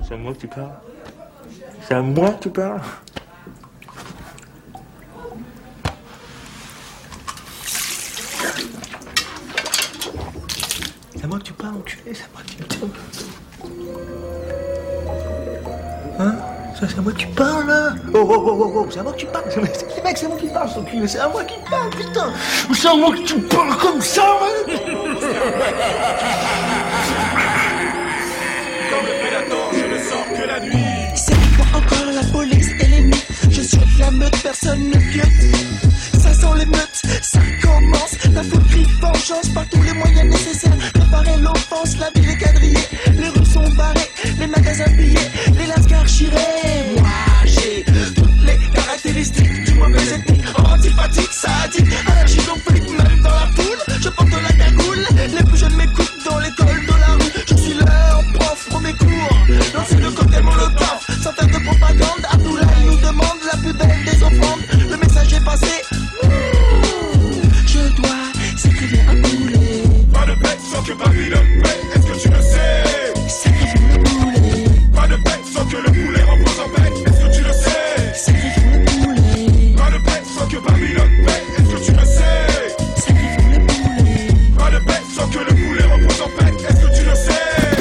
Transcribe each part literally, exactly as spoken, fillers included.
C'est à moi que tu parles? C'est à moi que tu parles? C'est à moi que tu parles, enculé, c'est à moi que tu parles. Hein? Ça, c'est à moi que tu parles, là? Oh, oh, oh, oh, oh, c'est à moi que tu parles. C'est, c'est, mec, c'est à moi qui parle, ce cul. C'est à moi qui parle, putain. C'est à moi que tu parles comme ça, man. Dans le prédateur, je ne sors que la nuit. C'est pas encore la police et les mythes. Je suis la meute, personne ne piote. Ça sent les meutes, ça commence. La foule crie vengeance par tous les moyens nécessaires. Préparer l'offense, la ville est quadrillée. Les rues sont barrées, les magasins pillés, les lascars chirés. Moi j'ai toutes les caractéristiques du mauvais ethnique. Antipathique, sadique, allergique au flic, même dans la foule. Je porte la cagoule, les plus jeunes m'écoutent dans l'école de la rue. Je suis leur prof, premier cours. Lancer le cocktail molotov, sans faire de propagande. Abdoulaye nous demande la plus belle des offrandes. Le message est passé. Je dois sacrifier un poulet. Pas de paix sans que Babylone paie, est-ce que tu le sais? Sacrifier le poulet. Pas de paix sans que le poulet repose en paix, est-ce que tu le sais? Sacrifier le poulet. Pas de paix sans que Babylone paie, est-ce que tu le sais? Sacrifier le poulet. Pas de paix sans que le poulet repose en paix, est-ce que tu le sais?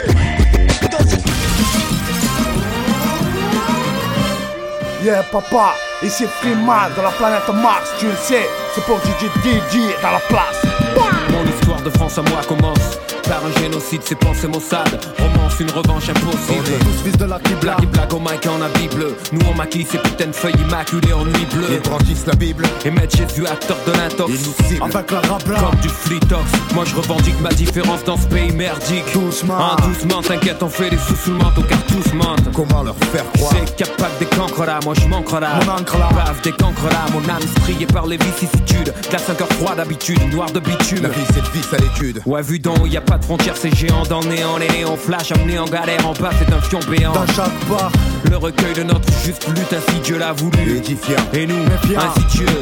Yeah papa, ici Freeman de la planète Mars, tu le sais, c'est pour D J D J dans la place. Mon histoire de France à moi commence par un génocide, c'est pensé Mossad. Romance, une revanche impossible. On est tous fils de la Kibla. Black et black au mic en habit bleu. Nous on maquille ces putains de feuilles immaculées en nuit bleue. Ils brandissent la Bible et mettent Jésus acteur de l'intox. Ils nous ciblent avec la rabla comme du flitox. Moi je revendique ma différence dans ce pays merdique. Doucement, ah, doucement, t'inquiète, on fait les sous sous le manteau car tous mentent. Comment leur faire croire? C'est qu'il n'y a pas que des cancres là, moi je manquerai là. Mon encre là, bave des cancres là. Mon âme striée par les vicissitudes. Glace un cœur froid d'habitude, noir de bitume. La vie c'est le vice à l'étude. Ouais vu donc, y a pas de frontières, c'est géant. Dans le néant, les néons flash, amenés en galère, en bas c'est un fion béant. Dans chaque bar, le recueil de notre juste lutte, ainsi Dieu l'a voulu. Édifiant, et nous, méfiant. Ainsi Dieu.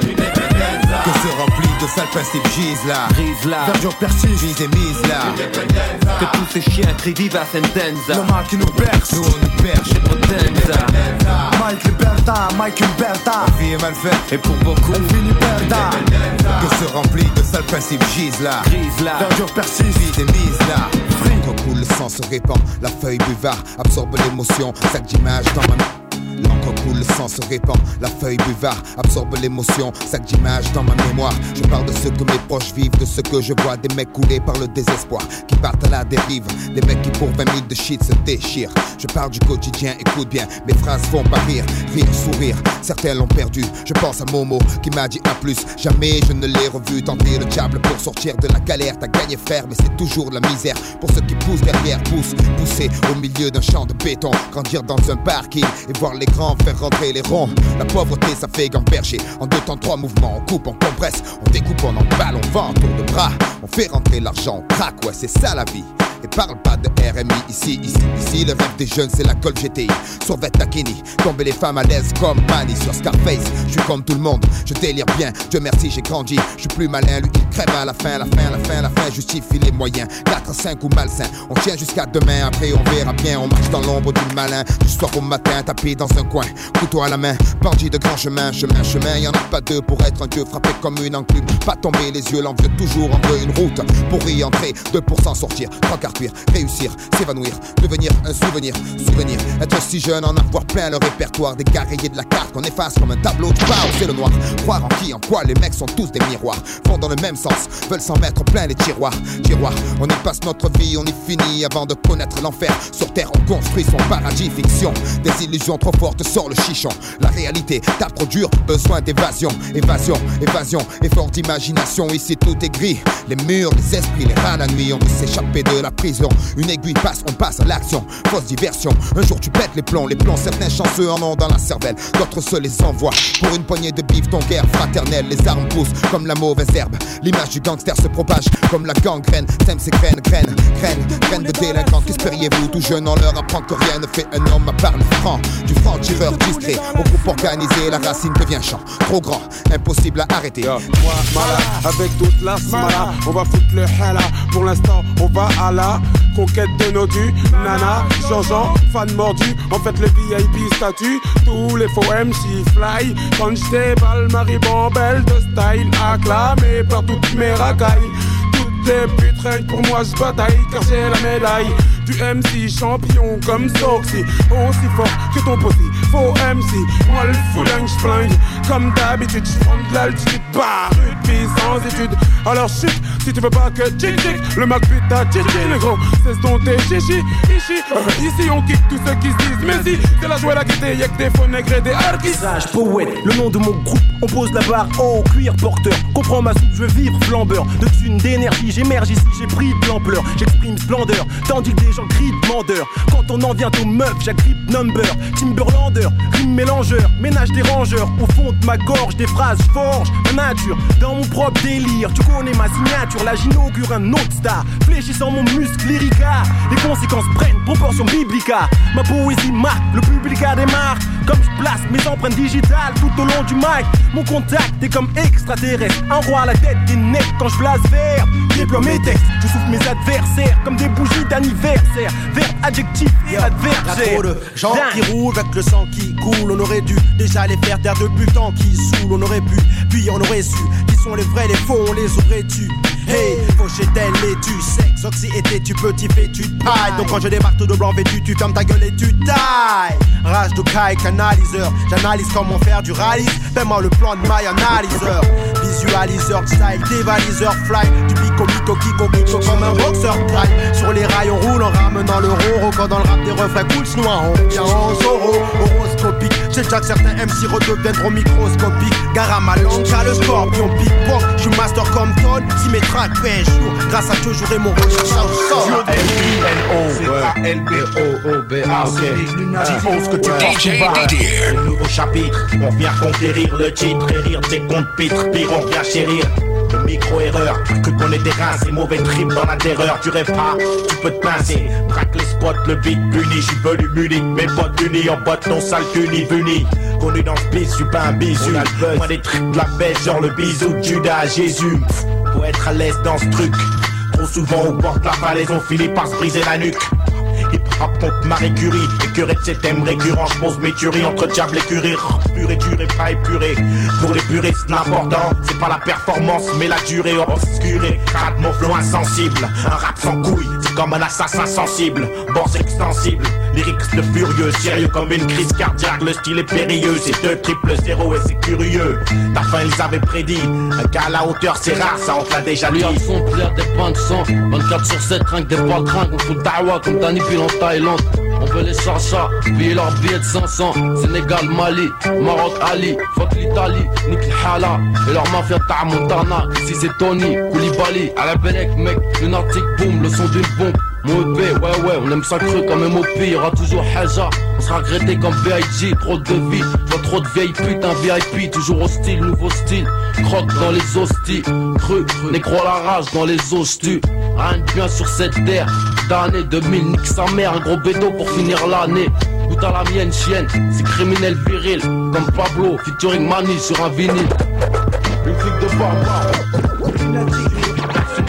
Que se remplit de sales principes gisent là. Brise là, verdure persiste, mise et mise là. Que tous ces chiens crient viva sentenza. Le mal qui nous berce, nous on nous perche et potenza. Mike Liberta, Mike Liberta. La vie est mal faite, et pour beaucoup, elle finit perda. Que se remplit de sales principes gisent là. Brise là, verdure persiste, mise et mise là. Quand coule, le sang se répand, la feuille buvard absorbe l'émotion, sac d'image dans ma main. L'encre coule, le sang se répand, la feuille buvard absorbe l'émotion, sac d'images dans ma mémoire. Je parle de ce que mes proches vivent, de ce que je vois, des mecs coulés par le désespoir, qui partent à la dérive, des mecs qui pour vingt mille de shit se déchirent. Je parle du quotidien, écoute bien, mes phrases font pas rire, rire, sourire, certains l'ont perdu. Je pense à Momo qui m'a dit à plus, jamais je ne l'ai revu tenter le diable pour sortir de la galère. T'as gagné faire, mais c'est toujours de la misère pour ceux qui poussent derrière, poussent, pousser au milieu d'un champ de béton, grandir dans un parking et voir les grands faire rentrer les ronds. La pauvreté ça fait gamberger. En deux temps trois mouvements, on coupe, on compresse, on découpe, on emballe, on vend, tour de bras. On fait rentrer l'argent, on craque, ouais c'est ça la vie. Et parle pas de R M I ici, ici, ici. Le rêve des jeunes c'est la Golf G T I. Sauvette Takini, tomber les femmes à l'aise comme Manny sur Scarface. Je suis comme tout le monde, je délire bien. Dieu merci j'ai grandi, je suis plus malin. Lui il crève à la fin, la fin, la fin, la fin. Justifie les moyens, quatre à cinq ou malsain. On tient jusqu'à demain, après on verra bien. On marche dans l'ombre du malin, du soir au matin. Tapé dans un coin, couteau à la main. Bandit de grand chemin, chemin, chemin. Y'en a pas deux pour être un dieu frappé comme une enclume. Pas tomber les yeux, l'envieux toujours entre une route. Pour y entrer, deux pour cent sortir, trois quarts cuire, réussir, s'évanouir, devenir un souvenir, souvenir, être si jeune, en avoir plein le répertoire, des gars rayés de la carte qu'on efface comme un tableau de bord, c'est le noir, croire en qui, en quoi, les mecs sont tous des miroirs, vont dans le même sens, veulent s'en mettre plein les tiroirs, tiroirs, on y passe notre vie, on y finit avant de connaître l'enfer, sur terre on construit son paradis, fiction, des illusions trop fortes sur le chichon, la réalité tape trop dur, besoin d'évasion, évasion, évasion, effort d'imagination, ici tout est gris, les murs, les esprits, les rats la nuit, on veut s'échapper de la prison. Une aiguille passe, on passe à l'action. Fausse diversion, un jour tu pètes les plombs. Les plombs, certains chanceux en ont dans la cervelle, d'autres se les envoient. Pour une poignée de bif, ton guerre fraternelle. Les armes poussent comme la mauvaise herbe. L'image du gangster se propage comme la gangrène. Sème ses graines, graines, graines, graines de délinquants. Qu'espériez-vous, tout jeune, on leur apprend que rien ne fait un homme à part le franc. Du franc-tireur discret au groupe organisé, la racine devient champ. Trop grand, impossible à arrêter. Yo, moi, mala, avec toute la smala, on va foutre le hala. Pour l'instant, on va à la Nana, conquête de nos dus, Nana, Jean-Jean, fan mordu, en fait le V I P statut, tous les faux M C fly, quand j'étais balle, Marie Bambelle de style, acclamé par toutes mes racailles, toutes les putes, rien que pour moi je bataille, car j'ai la médaille du M C champion comme Soxy, aussi fort que ton posé, faux M C, moi le fouling j'flingue, comme d'habitude j'prends de l'altitude, bah, rugby sans études, alors chute, si tu veux pas que tchic tchic, le Mac pute ta tchichi, le gros, c'est ce dont t'es chichi, ici, ici on kick tous ceux qui se disent, mais si, c'est la joie la gaieté, y'a que des faux nègres et des harkis. Sage, poète, le nom de mon groupe, on pose la barre haut, cuir porteur, comprends ma soupe, je veux vivre flambeur, de thunes, d'énergie, j'émerge ici, j'ai pris de l'ampleur, j'exprime splendeur, tandis que des gens crient de mandeur, quand on en vient aux meufs, j'agrippe number, Timberlander, rime mélangeur, ménage des rangeurs, au fond de ma gorge, des phrases forge, ma nature, dans mon propre délire, tu connais ma signature, là j'inaugure un autre star, fléchissant mon muscle lyrica, les conséquences prennent proportion biblica, ma poésie marque, le public a des marques, comme je place mes empreintes digitales tout au long du mic, mon contact est comme extraterrestre, un roi à la tête des necks quand je place vert, déploie mes textes, je souffle mes adversaires comme des bougies d'anniversaire, verbe, adjectif et adversaire. Y'a trop de gens qui roulent avec le sang qui coule, on aurait dû déjà les faire taire depuis le temps qui saoule, on aurait pu, puis on aurait su, qui sont les vrais, les faux, on les aurait tués. Hey, fauché-elle et tu sexe, oxy était tu petit fait tu tailles. Donc quand je débarque tout de blanc vêtu, tu fermes ta gueule et tu tailles. Rage de Kai, canaliseur, j'analyse comment faire du rallye. Fais-moi le plan de my analyseur. Visualiseur, style, dévaliseur, fly. Du bico, bico, kiko, kiko comme un boxeur cry. Sur les rails on roule en ramenant le roro. Quand dans le rap des refrains cool, sinon on vient en Zoro. Horoscopique, j'ai déjà que certains M C redeviendront microscopiques. Gare à ma langue, car le scorpion pique. Bon, je suis master comme Todd, si mes tracks un jour. Grâce à Dieu, j'aurai mon recherche à sort. L B N O, L B O O B A, ok. Dis-moi ce que tu penses D J Didier. Nouveau chapitre, on vient conquérir le titre et rire des comptes pitres, pire on vient chérir. De micro-erreur, que qu'on est des reins, c'est mauvais trip dans la terreur, tu rêves pas, tu peux te pincer. Traque le spot, le beat puni, j'suis venu Munich, mes potes unis en botte, non sale cuni, vuni. Connu dans ce bis, j'suis pas un bisu, moi des trucs de la baisse, genre le bisou de Judas à Jésus. Faut être à l'aise dans ce truc, trop souvent on porte la falaise, on finit par se briser la nuque. Hip-hop contre Marie Curie, écuré de ces thèmes récurrents, j'pose mes tueries entre diable et curie. Pur et dur et pas épuré, pour les puristes l'important, c'est pas la performance mais la durée obscurée. Rate mon flow insensible, un rap sans couille, c'est comme un assassin sensible. Borse extensible, lyrics de furieux, sérieux comme une crise cardiaque, le style est périlleux, c'est deux triple zéro et c'est curieux. Ta fin ils avaient prédit, un gars à la hauteur c'est rare, ça on te l'a déjà dit. Les garçons pleurent des pains de sang, vingt-quatre sur sept, rien que des baltringues, on fout dawa comme Danny Bill en Thaïlande. On veut les charchas, payer leur billet de cinq cents. Sénégal, Mali, Maroc, Ali, fuck l'Italie, nique l'Hala. Et leur mafia ta Montana, ici c'est Tony, Koulibaly, à la Belek mec, lunatique boom, le son d'une bombe. Mon E P, ouais ouais, on aime ça cru comme M O P, y'aura toujours Haja. On sera regretté comme B I G, trop de vie, je vois trop de vieilles putes, un V I P, toujours hostile, nouveau style. Croque dans les hosties, cru, nécro à la rage dans les hosties. Rien de bien sur cette terre, d'année deux mille, nique sa mère, un gros bédo pour finir l'année. Goûte à la mienne, chienne, c'est criminel viril, comme Pablo, featuring Mani sur un vinyle. Une flic de barbare, une flic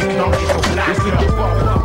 de barbare.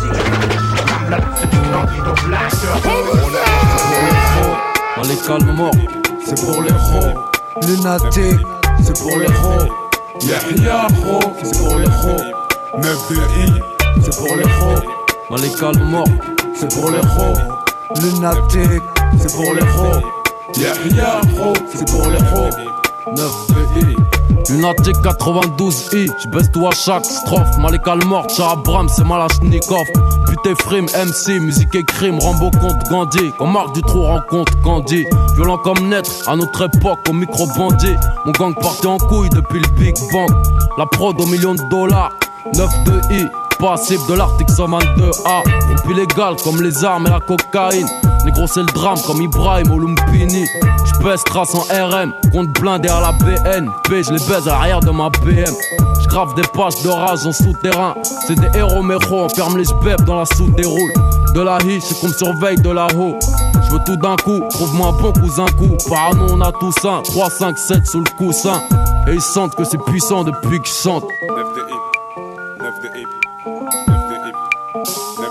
On les calme mort, c'est pour les ronds. Lunatique, c'est pour les ronds. Yahya Ro, c'est pour les ronds. neuf de I, c'est pour les ronds. On les calme mort, c'est pour les ronds. Lunatique, c'est pour les ronds. Yahya Ro, c'est pour les ronds. neuf de I. Lunatic quatre-vingt-douze i, j'baisse tout à chaque strophe. Malekal mort, Chabram, c'est Malachnikov. Putain frime, M C, musique et crime, Rambo contre Gandhi. Quand Marc Dutroux rencontre Gandhi. Violent comme naître, à notre époque, au micro-bandit. Mon gang partait en couille depuis le Big Bang. La prod au million de dollars, neuf de i. Passible de l'Arctique cent vingt-deux A. Et puis légal comme les armes et la cocaïne. Négro c'est le drame comme Ibrahim au Lumpini. J'pèse trace en R M, compte blindé à la B N P, j'les baise à l'arrière de ma B M. J'grave des pages d'orage en souterrain. C'est des héros méros, on ferme les jbeb dans la soude des roules. De la hi, c'est qu'on me surveille de là-haut. J'veux tout d'un coup, trouve-moi un bon cousin coup. Parano on a tout ça, trois, cinq, sept sous le coussin. Et ils sentent que c'est puissant depuis que je chante. neuf de hip, neuf de hip, neuf de hip, neuf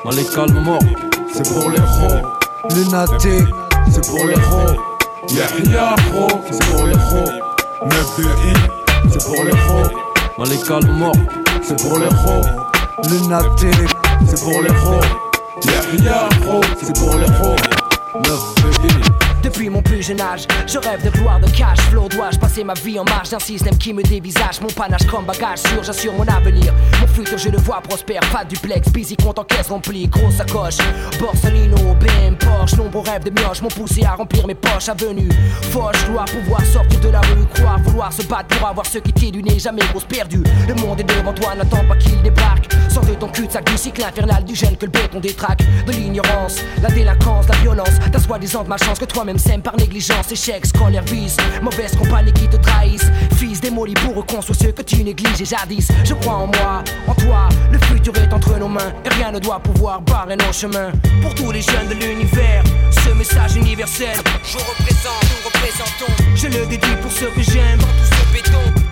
Allez calme mort, c'est pour les gros. Lunatique, c'est pour les gros. Yahya gros, c'est pour les gros. neuf deux I, c'est pour les gros. Allez calme mort, c'est pour les gros. Lunatique, c'est pour les gros. Yahya gros, c'est pour les gros. neuf deux I. Depuis mon plus jeune âge, je rêve de gloire, de cash flow. Dois-je passer ma vie en marge d'un système qui me dévisage? Mon panache comme bagage sûr, j'assure mon avenir. Mon futur je le vois prospère, pas de duplex. Busy compte en caisse remplie, grosse sacoche. Borsalino, B M, Porsche. Nombreux rêves de mioche m'ont poussé à remplir mes poches. Avenue, Foch, gloire, pouvoir sortir de la rue. Croire, vouloir se battre pour avoir ce qui t'est du nez. Jamais grosse perdue. Le monde est devant toi, n'attends pas qu'il débarque. Sors de ton cul-de-sac du cycle infernal du gène que le béton détraque. De l'ignorance, la délinquance, la violence. T'as soi-disant de ma chance que toi-même sème par négligence, échec, scolaire, vice. Mauvaise compagnie qui te trahissent. Fils démoli pour reconstruire ceux que tu négliges et jadis. Je crois en moi, en toi. Le futur est entre nos mains et rien ne doit pouvoir barrer nos chemins. Pour tous les jeunes de l'univers, ce message universel, je représente, nous représentons. Je le dédie pour ceux que j'aime dans tout ce béton.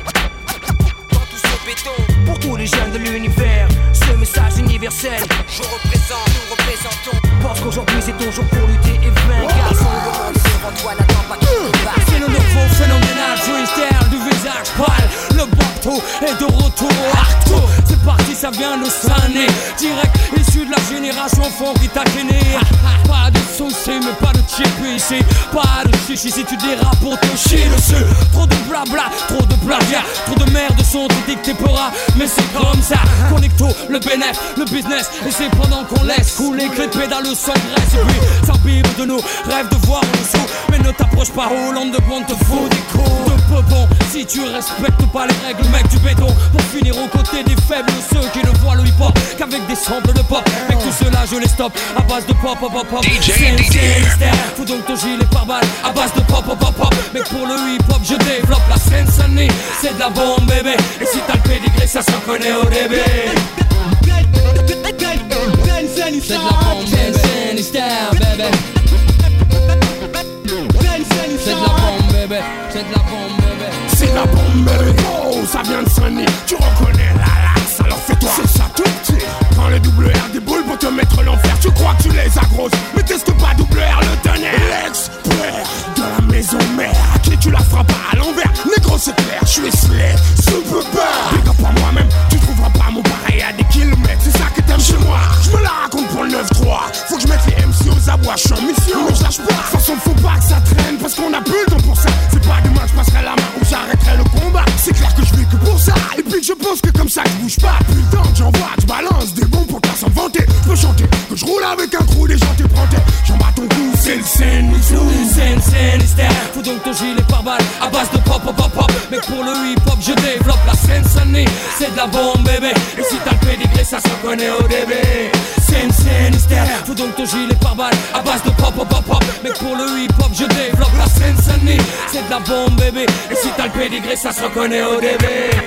Dans tout ce béton. Pour tous les jeunes de l'univers, ce message universel, je représente, nous représentons. Parce qu'aujourd'hui c'est ton jour pour lutter et vaincre. Garçon, le monde devant toi n'attend pas qu'il débarque. C'est le nouveau phénoménal freestyle du visage pâle. Le bateau est de retour au Arto. C'est parti, ça vient de Sané. Direct issu de la génération fond qui t'a gêné. Pas de soucis mais pas de chip ici. Pas de chichi si tu dérapes pour te chier dessus. Trop de blabla, trop de plagiat. Trop de merde sont dictés peuras. Mais c'est comme ça. Connecto, le bénéf, le business. Et c'est pendant qu'on laisse couler que les pédales s'engraissent. Et puis s'imbibe de nous, rêve de voir en dessous. Mais ne t'approche pas Hollande de bon, te faut des coups de peu bon. Si tu respectes pas les règles, mec du béton. Pour finir aux côtés des faibles, ceux qui ne voient le hip-hop qu'avec des samples de pop. Mec tout cela je les stoppe à base de pop pop pop pop. C'est un mystère, fous donc ton gilet par balle à base de pop pop pop pop. Mec pour le hip-hop je développe la Seine-Saint-Denis. C'est de la bombe bébé. Et si t'as le pédigré ça se reconnaît au début. C'est de la bombe bébé. Style bébé. C'est de la bombe bébé. C'est de la bombe bébé. C'est de la bombe bébé. Oh ça vient de sonner. Tu reconnais la lasse alors fais-toi. C'est ça tout petit. Prends le double R des boules pour te mettre l'enfer. Tu crois que tu les as grosses, mais teste pas double R le tonnerre. L'expert de la maison mère. À qui tu la frappes à l'envers. Négro c'est clair, je suis slay. Super pas. Big up à moi-même. Tu trouveras pas mon pareil à des kilomètres. C'est ça que t'aimes chez moi. Je me la raconte pour le neuf trois. Faut que je mette les M C aux abois. Je suis en mission mais je lâche pas. De toute façon faut pas que ça traîne parce qu'on a plus le temps pour ça. C'est pas demain que je passerai la main ou j'arrêterai le combat. C'est clair que je vis que pour ça. Et puis je pense que comme ça je bouge pas. Plus le temps que j'envoie, je balance des bons pour t'en s'en vanter. Je peux chanter que je roule avec un crew des gens t'es prentés. J'en bats ton cou, c'est le scène, c'est le scène, faut donc ton gilet par balle à base de pop pop pop pop. Mais pour le hip hop je développe la Seine-Saint-Denis. C'est de la bombe bébé. Et si t'as le pédigré ça se reconnaît au début. Scène, scène, faut donc ton gilet par balle à base de pop pop pop pop. Mais pour le hip hop je développe la Seine-Saint-Denis. C'est de la bombe bébé. Et si t'as le pédigré ça se reconnaît au début.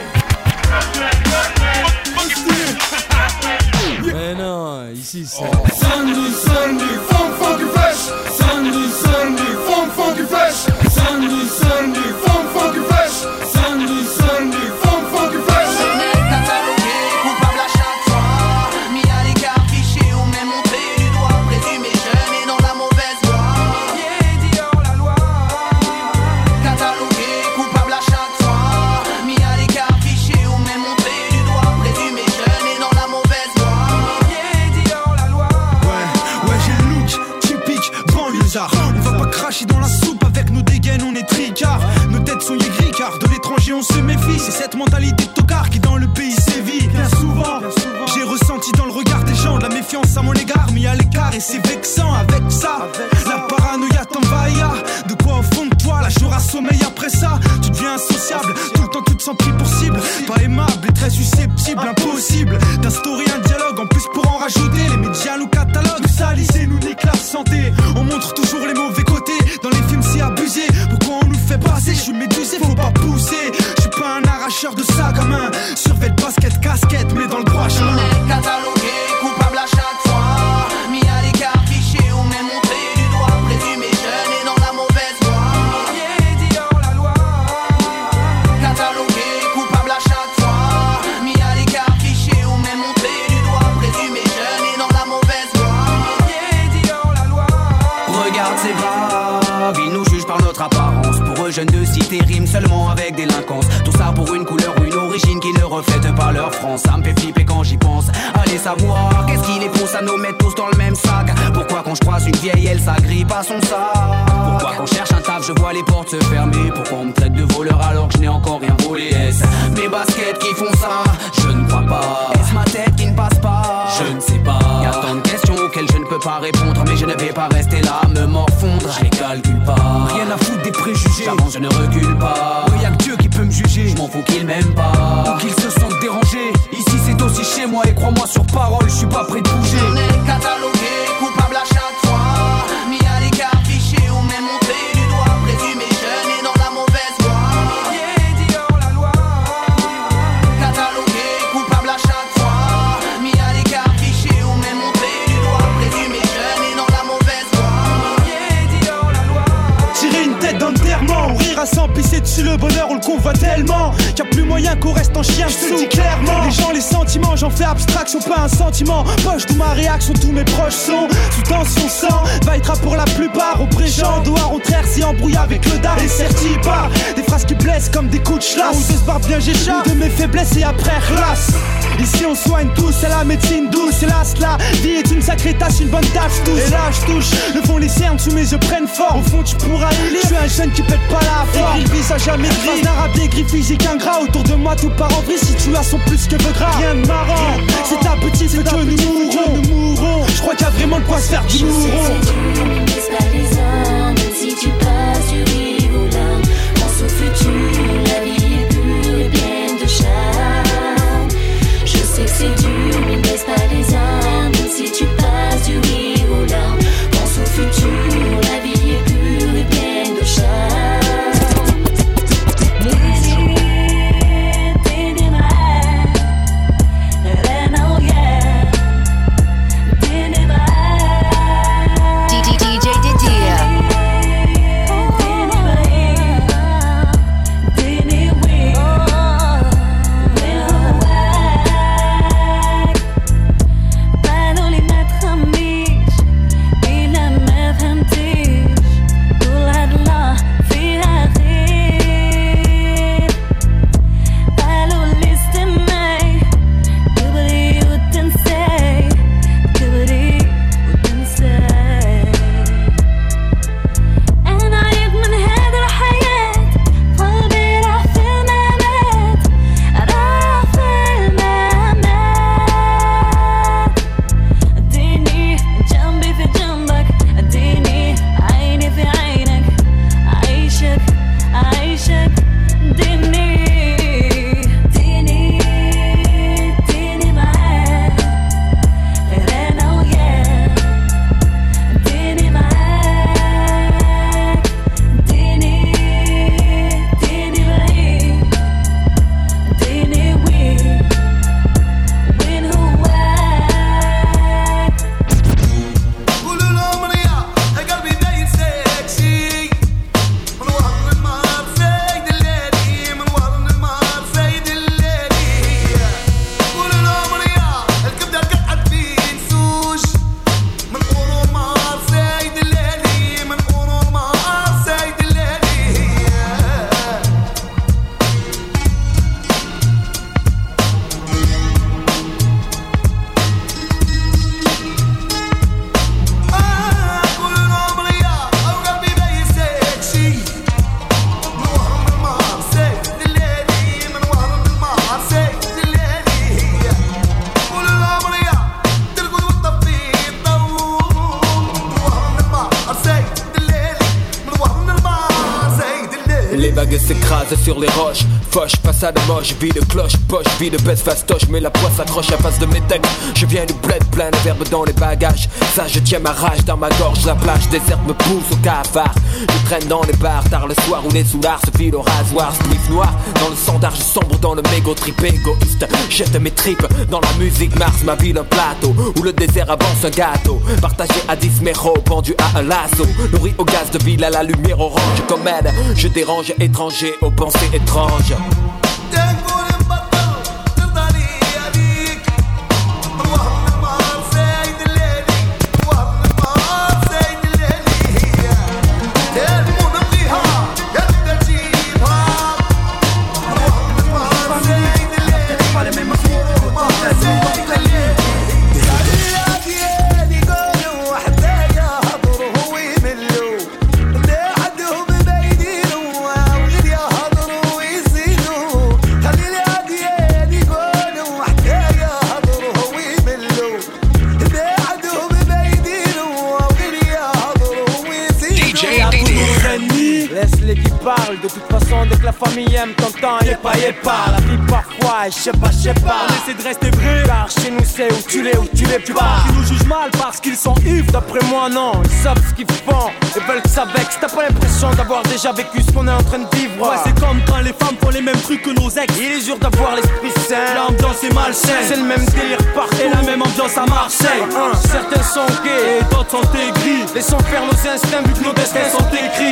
Mais non, ici c'est Sandy, Sandy, funk, funky fresh. Sandy, Sandy, funk, funky fresh. Sandy, Sandy, funk, funky fresh. Sandy, Sandy, funk, funky fresh. On est catalogué, coupable à chaque fois. Mis à l'écart, fiché ou même montré du doigt. Présumé jeune et dans la mauvaise voie. Yeah, dit hors la loi. Catalogué, coupable à chaque fois. Mis à l'écart, fiché ou même montré du doigt. Présumé jeune et dans la mauvaise voie. Yeah, dit hors la loi. Ouais, ouais j'ai le look typique banlieusard. On va pas cracher dans la soupe avec nos dégaines, on est tricard. Nos têtes sont aigries car de l'étranger on se méfie. C'est cette mentalité de tocard qui dans le pays sévit. Bien souvent, j'ai ressenti dans le regard des gens de la méfiance à mon égard. Mis à l'écart et c'est vexant avec ça. La paranoïa t'envahit. De quoi au fond de toi là j'aurai sommeil après ça. Tu deviens insociable, tout le temps tu te sens pris pour cible. Pas aimable et très susceptible, impossible d'instaurer un dialogue. En plus pour en rajouter, les médias nous cataloguent. Nous salissent et nous niquent la santé. On montre toujours les mauvais côtés. Dans les films c'est abusé. Pourquoi on nous fait passer? Je suis médusé, faut pas pousser. Je suis pas un arracheur de sac à main. Survêt basket, casquette, mais dans le droit chemin. On est catalogué, coupable à chaque fois. Mis à l'écart, fiché ou même montré du doigt. Présumé jeune et dans la mauvaise voie. Yeah, dit hors la loi. Catalogué, coupable à chaque fois. Mis à l'écart, fiché ou même montré du doigt. Présumé jeune et dans la mauvaise voie. jeunes de cité riment seulement avec délinquance. Tout ça pour une couleur ou une origine qui ne reflète pas leur France. Ça me fait flipper quand j'y pense. Allez savoir, qu'est-ce qui les pousse à nous mettre tous dans le même sac? Pourquoi quand je croise une vieille, elle s'agrippe à son sac? Pourquoi quand je cherche un taf, je vois les portes se fermer? Pourquoi on me traite de voleur alors que je n'ai encore rien volé? Est-ce mes baskets qui font ça? Je ne crois pas. Est-ce ma tête qui ne passe pas? Je ne sais pas. Y'a tant de questions auxquelles je ne peux pas répondre, mais je ne vais pas rester là à me morfondre. Je les calcule pas. Rien à foutre des préjugés. J'avance, je ne recule pas. Ouais, y'a que Dieu qui peut me juger. Je m'en fous qu'ils m'aiment pas. Ou qu'ils se sentent dérangés. Ici c'est aussi chez moi et crois-moi sur parole, je suis pas prêt de bouger. On est catalogué, coupable à chaque fois. Mis à l'écart, fiché ou même montré du doigt. Présumé jeune et dans la mauvaise voie. Yeah, dit hors la loi. Catalogué, coupable à chaque fois. Mis à l'écart, fiché ou même montré du doigt. Présumé jeune et dans la mauvaise voie. Yeah, dit hors la loi. Tirer une tête d'enterrement, ou rire à s'en pisser dessus le bonheur, on le convoite tellement qu'il n'y a plus moyen qu'on reste en chien, je te le dis clairement. Les gens, les sentiments, j'en fais abstraction, pas un sentiment. Poche d'où ma réaction, tous mes proches sont sous tension, sang va être pour la plupart au préchant. Doigt au traire, si embrouille avec le dard et serti par des phrases qui blessent comme des coups de chlasse. Ou de se barre bien j'échappe de mes faiblesses et après relasse. Ici on soigne tous, c'est la médecine douce. Hélas la vie est une sacrée tâche, une bonne tâche tous. Et là je touche, le fond les cernes sous mes yeux prennent fort. Au fond tu pourras y lire, je suis un jeune qui pète pas la foi. Écrit le visage jamais gris, d'un rap gris physique ingrat. Autour de moi tout part en vrille, situation plus que peu grave. Rien de marrant, c'est ta petite, c'est que nous mourrons. Je crois qu'il y a vraiment de quoi se faire du mouron. Laisse pas les hommes, même si tu passes du rigolant. Pense au futur, la vie est pure et pleine de charme. Je sais que c'est dur, mais ne laisse pas les hommes, même si tu passes du rigolant. Pense au futur, la vie est pure et pleine de charme. Sur les roches, fauche, façade moche, vie de cloche, poche, vie de baisse fastoche, mais la poisse s'accroche à face de mes textes. Je viens du bled, plein de verbes dans les bagages. Ça, je tiens ma rage dans ma gorge, la plage déserte me pousse au cafard. Je traîne dans les bars, tard le soir où les soulards se filent au rasoir. Spliff noir, dans le sondage sombre, dans le mégot trip égoïste. Jette mes tripes dans la musique, Mars, ma ville un plateau où le désert avance un gâteau. Partagé à dix méros, pendu à un lasso. Nourri au gaz de ville, à la lumière orange. Commède, je dérange étranger aux pensées étranges. Yeah. parle. De toute façon, dès que la famille aime, t'entends y'a pas, y'a pas. La vie parfois, je sais pas, je sais pas. On essaie de rester vrai, car chez nous c'est où tu l'es, où tu l'es pas. Ils nous jugent mal parce qu'ils sont ivres. D'après moi, non, ils savent ce qu'ils font et veulent que ça vexe. T'as pas l'impression d'avoir déjà vécu ce qu'on est en train de vivre. Ouais, c'est comme quand les femmes font les mêmes trucs que nos ex. Il est dur d'avoir l'esprit sain. L'ambiance est malsaine. C'est le même délire partout. Et la même ambiance à Marseille. uh, Certains sont gays et d'autres sont aigris. Laissons faire nos instincts vu que nos destins sont écrits.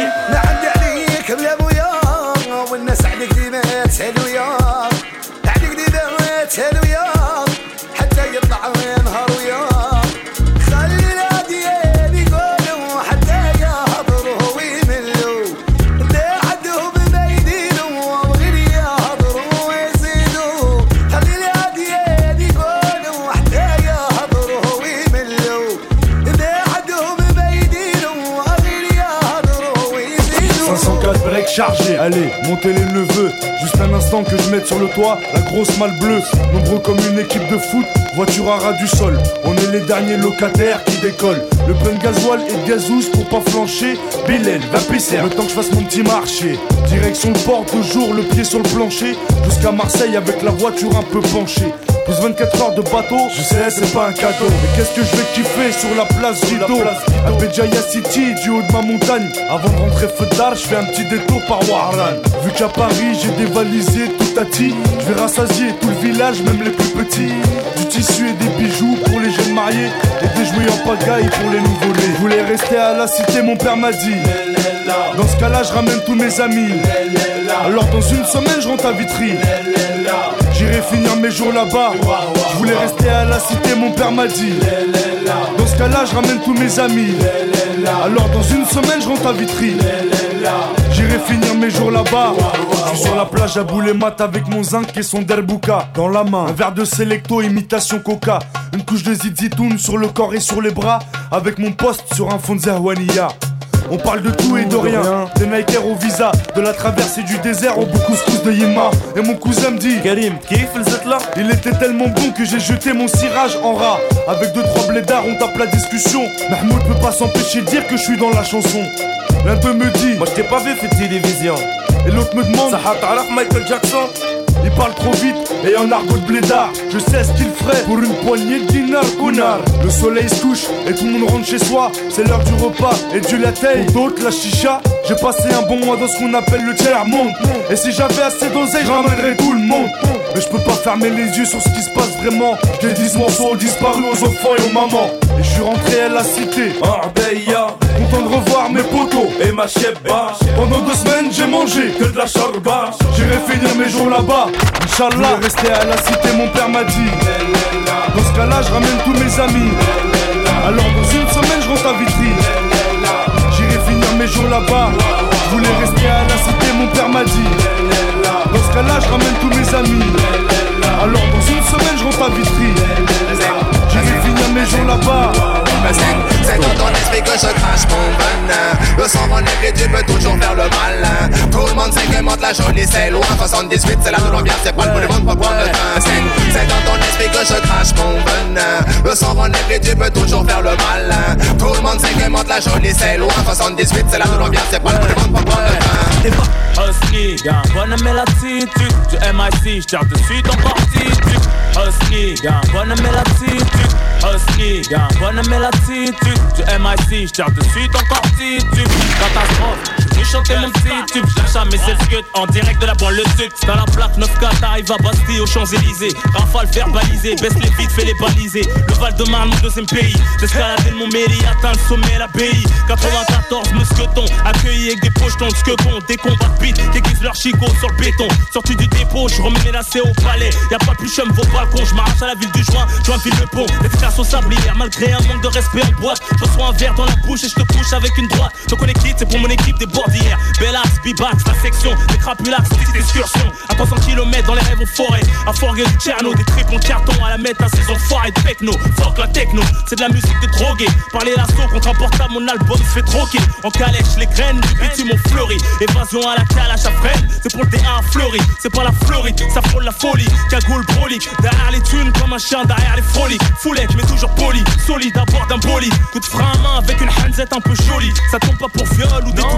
Chargé, allez, montez les neveux. Juste un instant que je mette sur le toit la grosse malle bleue. Nombreux comme une équipe de foot, voiture à ras du sol. On est les derniers locataires qui décollent. Le plein de gasoil et de gazouze pour pas flancher. Bilal, va pisser, le temps que je fasse mon petit marché. Direction le port, toujours le pied sur le plancher. Jusqu'à Marseille avec la voiture un peu penchée. Plus vingt-quatre heures de bateau, je sais c'est pas un cadeau. Mais qu'est-ce que je vais kiffer sur la place Rideau, à Béjaïa City, du haut de ma montagne. Avant de rentrer Feudar, je fais un petit détour par Warlan. Vu qu'à Paris j'ai dévalisé tout Tati, je vais rassasier tout le village, même les plus petits. Du tissu et des bijoux pour les jeunes mariés, et des jouets en pagaille pour les nouveau-nés. Je voulais rester à la cité, mon père m'a dit. Dans ce cas-là, je ramène tous mes amis. Alors dans une semaine, je rentre à Vitry. J'irai finir mes jours là-bas. Je voulais rester à la cité, mon père m'a dit. Dans ce cas-là, je ramène tous mes amis. Alors dans une semaine, je rentre à Vitry. J'irai finir mes jours là-bas. Je suis sur la plage à Boulemat avec mon zinc et son derbouka dans la main. Un verre de Selecto, imitation coca. Une couche de zizitoun sur le corps et sur les bras. Avec mon poste sur un fond de Zerwania. On parle de tout et de rien, des Nike au visa, de la traversée du désert au couscous de Yema. Et mon cousin me dit Karim, kiff le là. Il était tellement bon que j'ai jeté mon cirage en rat. Avec deux trois blédards on tape la discussion. Mahmoud peut pas s'empêcher de dire que je suis dans la chanson. L'un d'eux me dit moi je t'ai pas vu fait télévision. Et l'autre me demande ça t'arraf Michael Jackson. Il parle trop vite et en argot de blédard. Je sais ce qu'il ferait pour une poignée de dinars, connard. Le soleil se couche et tout le monde rentre chez soi. C'est l'heure du repas et du latte. Pour d'autres la chicha. J'ai passé un bon mois dans ce qu'on appelle le tiers-monde. Et si j'avais assez d'oseille, je ramènerais tout le monde. Mais je peux pas fermer les yeux sur ce qui se passe vraiment. J'ai dix morceaux disparus aux enfants et aux mamans. Et je suis rentré à la cité Arbeya, content de revoir mes potos et ma chebba. Pendant deux semaines j'ai mangé que de la charba. J'irai finir mes jours là-bas, Inch'Allah. Rester à la cité, mon père m'a dit. Dans ce cas-là je ramène tous mes amis. Alors dans une semaine je rentre à Vitry. J'irai finir mes jours là-bas. Je voulais rester à la cité, mon père m'a dit. Dans ce cas-là je ramène tous mes amis. Alors dans une semaine je rentre à Vitry. J'irai finir mes jours là-bas. C'est dans ton esprit que je crache mon venin. Le sang rend et tu peux toujours faire le malin. Tout le monde sait que monte la jolie c'est loin. soixante-dix-huit c'est la de l'ambiance, c'est pas le monde pour prendre le train. C'est dans ton esprit que je crache mon venin. Le sang rend et tu peux toujours faire le malin. Tout le monde sait que monte la jolie c'est loin. soixante-dix-huit c'est la de l'ambiance, c'est pas le monde pour prendre le train. Husky, y'a un bon aimé l'attitude. Du M I C, j'tire de suite en partie. Husky, y'a un bon aimé l'attitude. Husky, y'a un bon aimé l'attitude. Du M I C, j'tire de suite en partie. Catastrophe, j'vais chanter mon petit tube. J'lâche à mes self-cut en direct de la banlieue sud. Dans la plaque neuf K, t'arrives à Bastille aux Champs-Élysées. Rafale verbalisé, baisse les vides, fais les baliser. Le Val-de-Marne, mon deuxième pays. D'escalader le Mont-Méry, atteint le sommet, l'abbaye. quatre-vingt-quatorze, mousquetons, accueillis avec des pochetons de squebons. Des combats de beat, déguise leur chicot sur le béton. Sorti du dépôt, je remets mes lacets au palais. Y'a pas plus chum, vos balcons, je m'arrache à la ville du joint. Joint ville le pont, efficace au sablier. Malgré un manque de respect en boîte, je reçois un verre dans la bouche et je te couche avec une droite. Donc on est quitte, c'est pour mon équipe des bordières. Bellax, Bibax, la section, des crapulax, petite excursion. À trois cents kilomètres dans les rêves aux forêts. À Forguer du Tcherno, des tripes en carton à la mettre à saison foire et de techno. Fuck la techno, c'est de la musique de drogué. Parler l'assaut contre un portable, mon album se fait troquer. En calèche, les graines du bitume ont fleuri. Évasion à la calage à freine, c'est pour le D A à Fleury. C'est pas la Floride, ça frôle la folie. Cagoule brolique, derrière les thunes comme un chien derrière les froliques. Foulette, mais toujours poli, solide à bord d'un bolide. Coup de frein à main avec une hanzette un peu jolie. Ça tombe pas pour viol ou des coups de terrasse.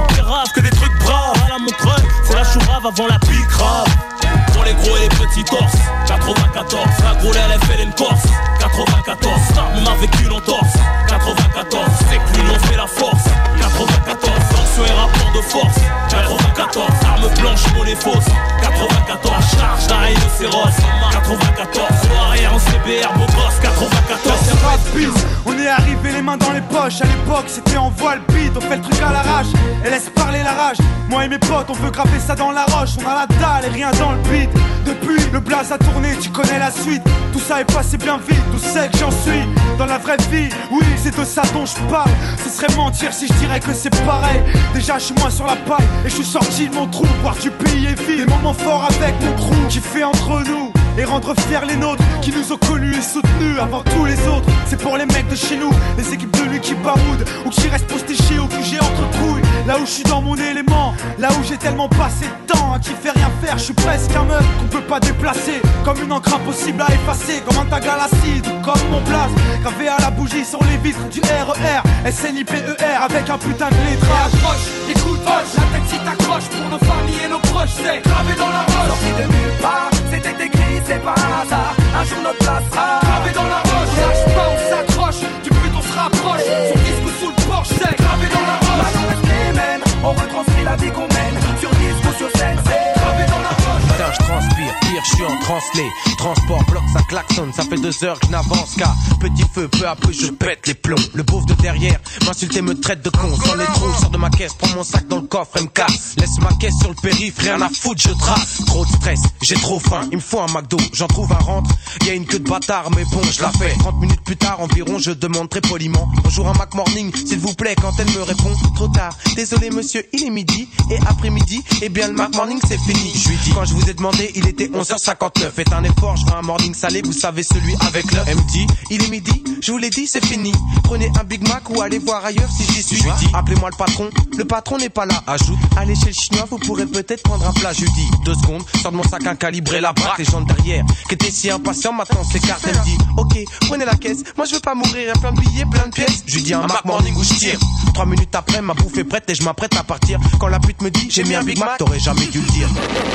braves que des trucs braves. À la Montreuil, c'est la chourave avant la pique rave. Pour les gros et les petits torses, quatre-vingt-quatorze. La gros L F L une Corse, quatre-vingt-quatorze. Même avec une entorse, quatre-vingt-quatorze. C'est que lui l'on fait la force, quatre-vingt-quatorze. Tension et rapport de force, quatre-vingt-quatorze. Arme blanche, monnaie fausse, quatre-vingt-quatorze. Charge d'un rhinocéros, quatre-vingt-quatorze. Au arrière en C B R, beau gosse, quatre-vingt-quatorze. C'est pas de bise, on est arrivé les mains dans les poches. À l'époque c'était en voile bide, on fait le truc à l'arrache et laisse parler la rage. Moi et mes potes on veut graver ça dans la roche. On a la dalle et rien dans le beat. Depuis le blaze a tourné, tu connais la suite. Tout ça est passé bien vite, tout sait que j'en suis. Dans la vraie vie, oui c'est de ça dont je parle. Ce serait mentir si je dirais que c'est pareil. Déjà je suis moins sur la paille et je suis sorti de mon trou. Voir du pays et vivre des moments forts avec mon crew qui fait entre nous et rendre fiers les nôtres qui nous ont connus et soutenus avant tous les autres. C'est pour les mecs de chez nous, les équipes de lui qui baroudent ou qui restent postichés au Q G entre couilles. Là où je suis dans mon élément, là où j'ai tellement passé de temps à qui fait rien faire. Je suis presque un meuf qu'on peut pas déplacer, comme une encre impossible à effacer, comme un tag à l'acide ou comme mon blaze gravé à la bougie sur les vitres du R E R S N I P E R avec un putain de lettrage. Approche, écoute, hoche, la tête si t'accroches pour nos familles et nos proches, c'est gravé dans la roche. Sorti de nulle part, c'était écrit, c'est pas un hasard. Un jour notre place sera gravé dans la roche. Lâche pas, on s'accroche, du but on se rapproche. Sur disque ou sous le porche, c'est gravé dans la roche. Maintenant reste les mêmes, on retranscrit la vie qu'on mène. Sur disque ou sur scène, c'est gravé dans la roche. Putain, je transpire, pire, je suis en translé. Transport, bloc, ça klaxonne, ça fait deux heures que je n'avance qu'à petit feu, peu à peu je pète les plombs. Le beauf de derrière m'insulte et me traite de con. Sans les trous, je sors de ma caisse, prends mon sac dans le coffre et me casse. Laisse ma caisse sur le périph', rien à foutre, je trace. Trop de stress, j'ai trop faim, il me faut un McDo. J'en trouve un rentre, y'a une queue de bâtard, mais bon, je la fais. trente minutes plus tard environ, je demande très poliment: bonjour un Mac Morning, s'il vous plaît. Quand elle me répond: trop tard, désolé monsieur, il est midi. Et après-midi, eh bien le Mac Morning c'est fini. Je lui dis: quand je vous ai demandé, il était onze heures cinquante-neuf. Faites un effort, je veux un morning salé, vous savez celui avec l'œuf. Elle me dit: il est midi, je vous l'ai dit, c'est fini. Prenez un Big Mac ou allez voir ailleurs si j'y suis. Je lui dis: appelez-moi le patron, le patron n'est pas là. Ajoute: allez chez le chinois, vous pourrez peut-être prendre un plat. Je lui dis: deux secondes, sors de mon sac un calibré, la braque. Les gens derrière, qui étaient si impatients, maintenant s'écartent. Elle me dit: ok, prenez la caisse, moi je veux pas mourir, plein de billets, plein de pièces. Je lui dis: un Mac Morning où je tire. Trois minutes après, ma bouffe est prête et je m'apprête à partir. Quand la pute me dit: j'ai mis un Big Mac, t'aurais jamais dû le dire.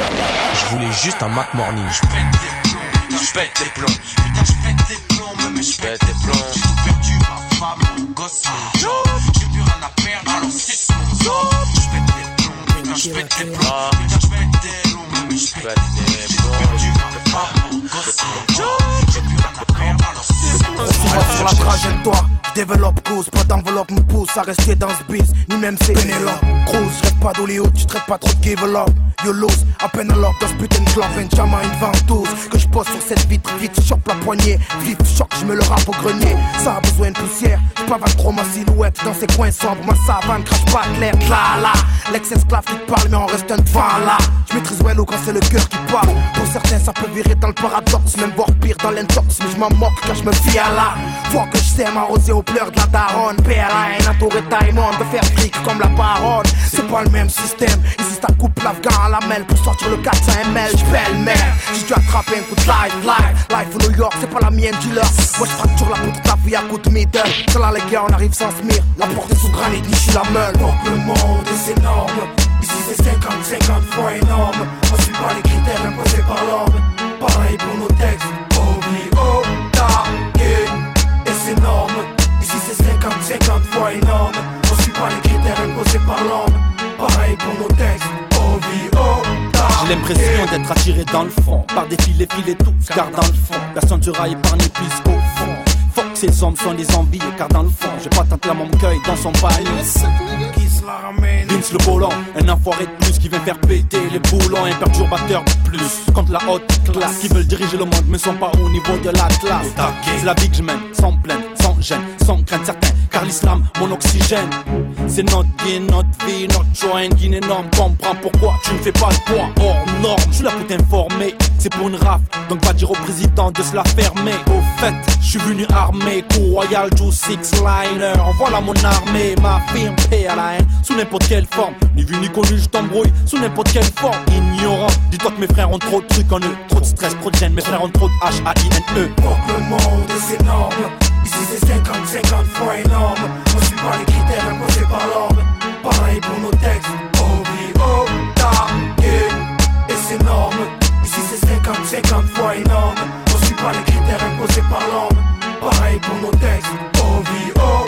Je voulais juste un Mac Morning. Je pète des plombs, je pète des plombs. Putain, je pète des plombs, mais je pète des plombs. J'ai tout perdu, ma femme, mon gosse, mon job. J'ai plus rien à perdre, alors c'est mon job. Je pète des plombs, putain, je pète des plombs. Putain, je pète des plombs, mais je pète des plombs. J'ai tout perdu, ma femme, mon gosse, mon job. J'ai plus rien à perdre, alors c'est mon job. Sur la trajectoire, je développe cause, pas d'enveloppe me pousse à rester dans ce biz, ni même c'est Pénélope. Cruz, je rêve pas d'Oléo, tu traites pas trop de give up. Yolos, à peine à l'ordre dans ce putain de club, un diamant, une ventouse. Que je pose sur cette vitre, vite, chope la poignée. Vif, choc, je me le rappe au grenier. Ça a besoin de poussière, je pavane trop ma silhouette dans ces coins sombres. Ma savane crache pas clair, là là. L'ex-esclave qui te parle, mais on reste un devant là. Je maîtrise Wello quand c'est le cœur qui parle. Pour certains, ça peut virer dans le paradoxe, même voire pire dans l'intox. Mais je m'en moque quand je me fie à là. Faut que je sème arrosé aux pleurs de la daronne. P R A, entouré de diamond, de faire fric comme la parole. C'est pas le même système, ici ça coupe l'afghan à la mêle pour sortir le quatre cents millilitres. J'pelle merde, j'ai dû attraper un coup de life, life. Life au New York, c'est pas la mienne, dealer. Moi j'fracture la poutre de ta vie à coup de middle. C'est là les gars, on arrive sans se mire. La porte est sous granit, ni je suis la meule. Donc le monde est énorme. Ici c'est cinquante, cinquante fois énorme. On suit pas les critères imposés par l'homme. Pareil pour nos textes. O V O, target. Et c'est énorme. Ici c'est cinquante, cinquante fois énorme. On suit pas les critères imposés par l'homme. Pareil pour nos textes. O V O, target. J'ai l'impression d'être attiré dans le fond par des filets, filets tous, car dans le fond personne ne sera épargné plus qu'au fond. Fuck ces hommes sont des envies, car dans le fond j'ai pas tenté à mon cueil dans son panier. Vince le volant, un enfoiré de plus qui vient faire péter les boulons, un perturbateur de plus contre la haute classe qui veulent diriger le monde mais sont pas au niveau de la classe. C'est la vie que je mène, sans plainte, sans gêne, sans crainte certains, car l'islam mon oxygène. C'est notre vie, notre vie, notre joint qui est énorme. Comprends pourquoi tu ne fais pas le poids hors norme. Je suis là pour t'informer, c'est pour une rafle, donc va dire au président de se la fermer. Au fait, je suis venu armé, coup royal, Joe Six Liner. Voilà mon armée, ma firme P à la haine, sous n'importe quelle forme. Ni vu ni connu, je t'embrouille, sous n'importe quelle forme. Ignorant, dis-toi que mes frères ont trop de trucs en eux, trop de stress, trop de gêne. Mes frères ont trop de H A I N E. Pour le monde est énorme. Ici c'est cinquante, cinquante fois énorme. On suit pas les critères imposés par l'homme. Pareil pour nos textes. O cinquante fois énorme. On suit pas les critères imposés par l'homme. Pareil pour nos textes, O V O,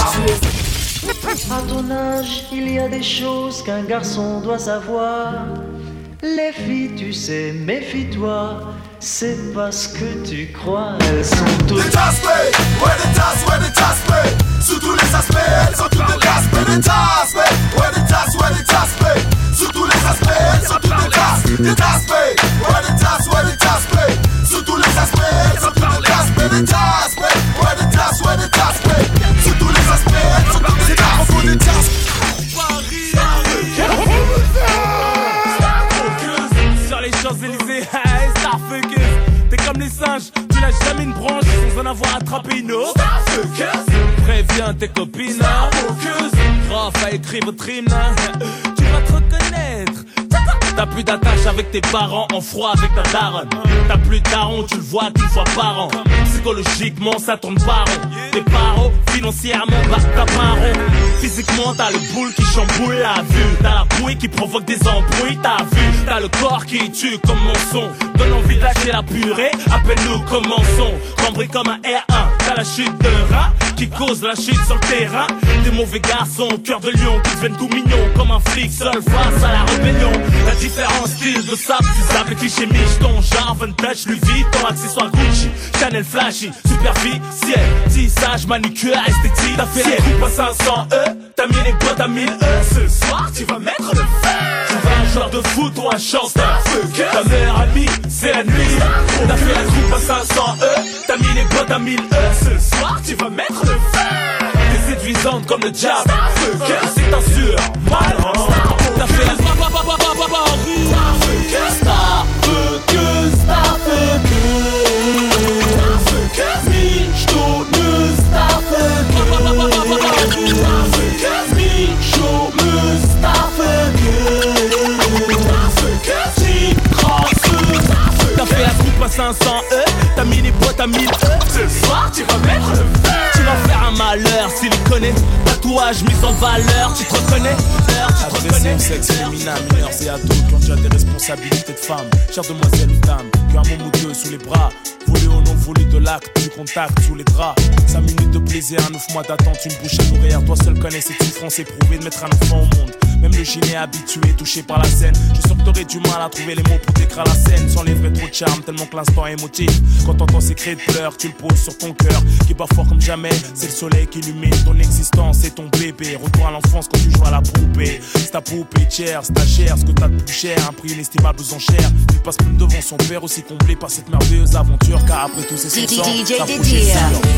À ton âge, il y a des choses qu'un garçon doit savoir. Les filles, tu sais, méfie-toi. C'est parce que tu crois, elles sont toutes des taspées, ouais des tasses, ouais des taspées. Sous tous les aspects, elles sont toutes des taspées, des taspées. Ouais des tasses, ouais des taspées. Sous tous les aspects, elles sont toutes des tasses, des taspées. Ouais des tasses, ouais des taspées. Sous tous les aspects, elles sont toutes des taspées, des taspées. Ouais des tasses, ouais des taspées. Sous tous les aspects, elles sont toutes des tasses, des tasses. Sur les Champs-Élysées, hey, Starfuckers. T'es comme les singes, tu lâches jamais une branche sans en avoir attrapé une autre. Starfuckers. Préviens tes copines, Starfuckers. Prof à écrire votre hymne, tu vas te reconnaître. T'as plus d'attache avec tes parents, en froid avec ta daronne. T'as plus de daron, tu le vois qu'une fois par an. Psychologiquement ça tourne pas rond. Tes parents, financièrement, bah t'as pas rond. Physiquement t'as le boule qui chamboule la vue. T'as la bouille qui provoque des embrouilles, t'as vu. T'as le corps qui tue comme mon son. Donne envie de lâcher la purée, appelle-nous commençons. Cambré comme un R un, t'as la chute de rat qui cause la chute sur le terrain. Des mauvais garçons, cœur de lion qui deviennent tout mignons. Comme un flic seul face à la rébellion. La différence style de sable, tu sapes les clichés miches. Ton genre vintage, Louis Vuitton, accessoire Gucci, Chanel flashy, superficiel, tissage, manicure, esthétique. T'as fait les coupes à cinq cents E, t'as mis les bottes à mille E. Ce soir tu vas mettre le feu. Tu vas un joueur de foot ou un chanteur. Ta meilleure amie, c'est la nuit. T'as fait la coupe à cinq cents E, t'as mis les bottes à mille E. Ce soir tu vas mettre le feu. T'es séduisante comme le diable. C'est un sûr, mal. T'as fait la Starfuckers, Starfuckers, Michtonneuse, Starfuckers, Michtonneuse, Starfuckers, J-Crosseuse. T'as fait la coupe à cinq cents E, t'as mis les boîtes à mille E. Ce soir tu vas mettre le feu. Tu vas faire un malheur s'il connaît. Tatouage mis en valeur, tu te reconnais. Adressé sexe féminin, mineurs et ados qui ont déjà des responsabilités de femmes. Chère demoiselle ou dame, qui a un mot ou deux sous les bras. Volé au non volé de l'acte, du contact sous les draps. cinq minutes de plaisir, neuf mois d'attente, une bouche à nourrir. Toi seul connais cette souffrance éprouvée de mettre un enfant au monde. Même le gyné habitué, touché par la scène. Je suis sûr que t'aurais du mal à trouver les mots pour décrire la scène. Sans les vrais trop de charme, tellement que l'instant est émotif. Quand t'entends ces cris de pleurs, tu le poses sur ton cœur qui bat fort comme jamais. C'est le soleil qui illumine ton existence et ton bébé. Retour à l'enfance quand tu joues à la poupée. C'est ta poupée tiers, stagiaire, ce que t'as de plus cher. Un prix inestimable aux enchères. Il passe même devant son père, aussi comblé par cette merveilleuse aventure. Car après tout c'est son sang, sa projet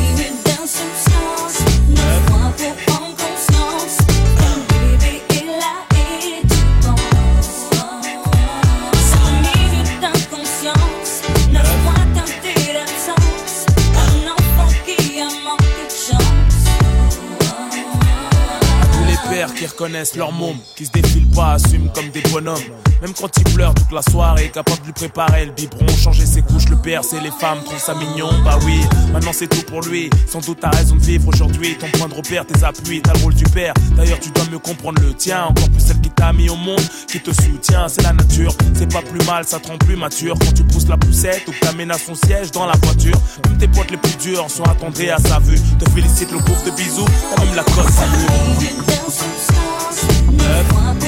qui reconnaissent leur môme, qui se défilent pas, assument comme des bonhommes. Même quand ils pleurent toute la soirée, capable de lui préparer le biberon, changer ses couches, le bercer, les femmes trouvent ça mignon. Bah oui, maintenant c'est tout pour lui. Sans doute t'as raison de vivre aujourd'hui. Ton point de repère, tes appuis, t'as le rôle du père. D'ailleurs tu dois mieux comprendre le tien. Encore plus celle qui t'a mis au monde, qui te soutient. C'est la nature, c'est pas plus mal, ça te rend plus mature. Quand tu pousses la poussette ou que t'amènes à son siège dans la voiture. Même tes potes les plus durs sont attendris à sa vue. Te félicite le cours de bisous, t'as même la cote salut. Neuf.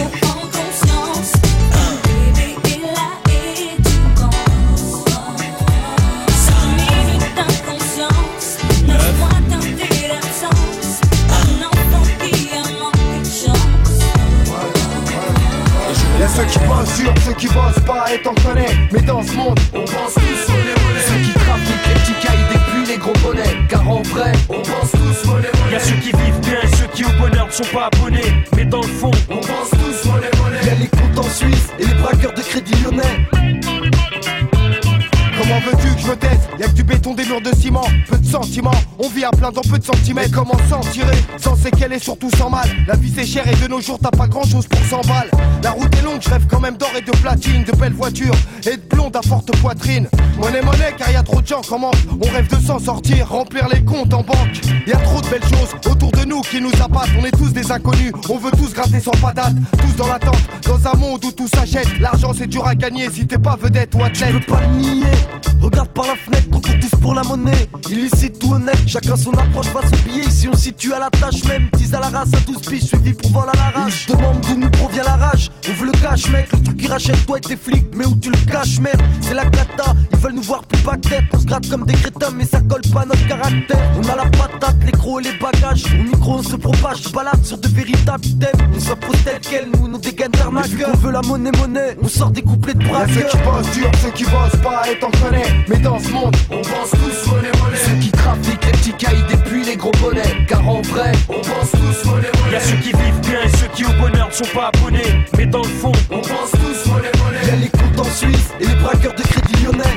Y'a ceux qui bossent dur, ceux qui bossent pas, et t'en connais. Mais dans ce monde, on pense tous sur les monnaies. Ceux qui trafiquent les petits cailles depuis les gros bonnets. Car en vrai, on pense tous monnaie, monnaie. Y'a ceux qui vivent bien et ceux qui au bonheur ne sont pas abonnés. Mais dans le fond, on pense tous monnaie, monnaie. Y'a les comptes en Suisse et les braqueurs de crédit lyonnais. Comme Comment veux-tu que je me taise? Y'a que du béton, des murs de ciment, peu de sentiments. On vit à plein dans peu de centimètres. Mais comment s'en tirer sans séquelles et surtout sans mal? La vie c'est cher et de nos jours t'as pas grand chose pour cent balles. La route est longue, je rêve quand même d'or et de platine, de belles voitures et de blondes à forte poitrine. Monnaie monnaie car y a trop de gens comment on rêve de s'en sortir, remplir les comptes en banque. Y a trop de belles choses autour de nous qui nous appâtent. On est tous des inconnus, on veut tous gratter sans patate. Tous dans l'attente, dans un monde où tout s'achète. L'argent c'est dur à gagner si t'es pas vedette ou athlète. Je peux pas le nier, regarde par la fenêtre, on court tous pour la monnaie. Illicite ou honnête, chacun son approche face au billet. Ici on situe à la tâche même, dix à la race, à douze piges, suivi pour vol à l'arrache. Ils demandent d'où nous provient la rage, on veut le cash mec. Le truc qui rachète toi et tes flics, mais où tu le caches merde. C'est la cata, ils veulent nous voir plus back-tête. On se gratte comme des crétins mais ça colle pas à notre caractère. On a la patate, les crocs et les bagages. Au micro on se propage, je balade sur de véritables thèmes. On soit pro tel quel, nous nos dégaines d'arnaqueurs. On veut la monnaie monnaie, on sort des couplets de braqueurs. Y'a ceux qui bossent dur, ceux qui bossent pas et t'en connais. Mais dans ce monde, on pense tous monnaie monnaie. Ceux qui trafiquent les petits cailles et puis les gros bonnets. Car en vrai, on pense tous monnaie monnaie. Y'a ceux qui vivent bien et ceux qui au bonheur ne sont pas abonnés. Mais dans le fond, on pense tous monnaie monnaie. Y'a les comptes en Suisse et les braqueurs de crédit lyonnais.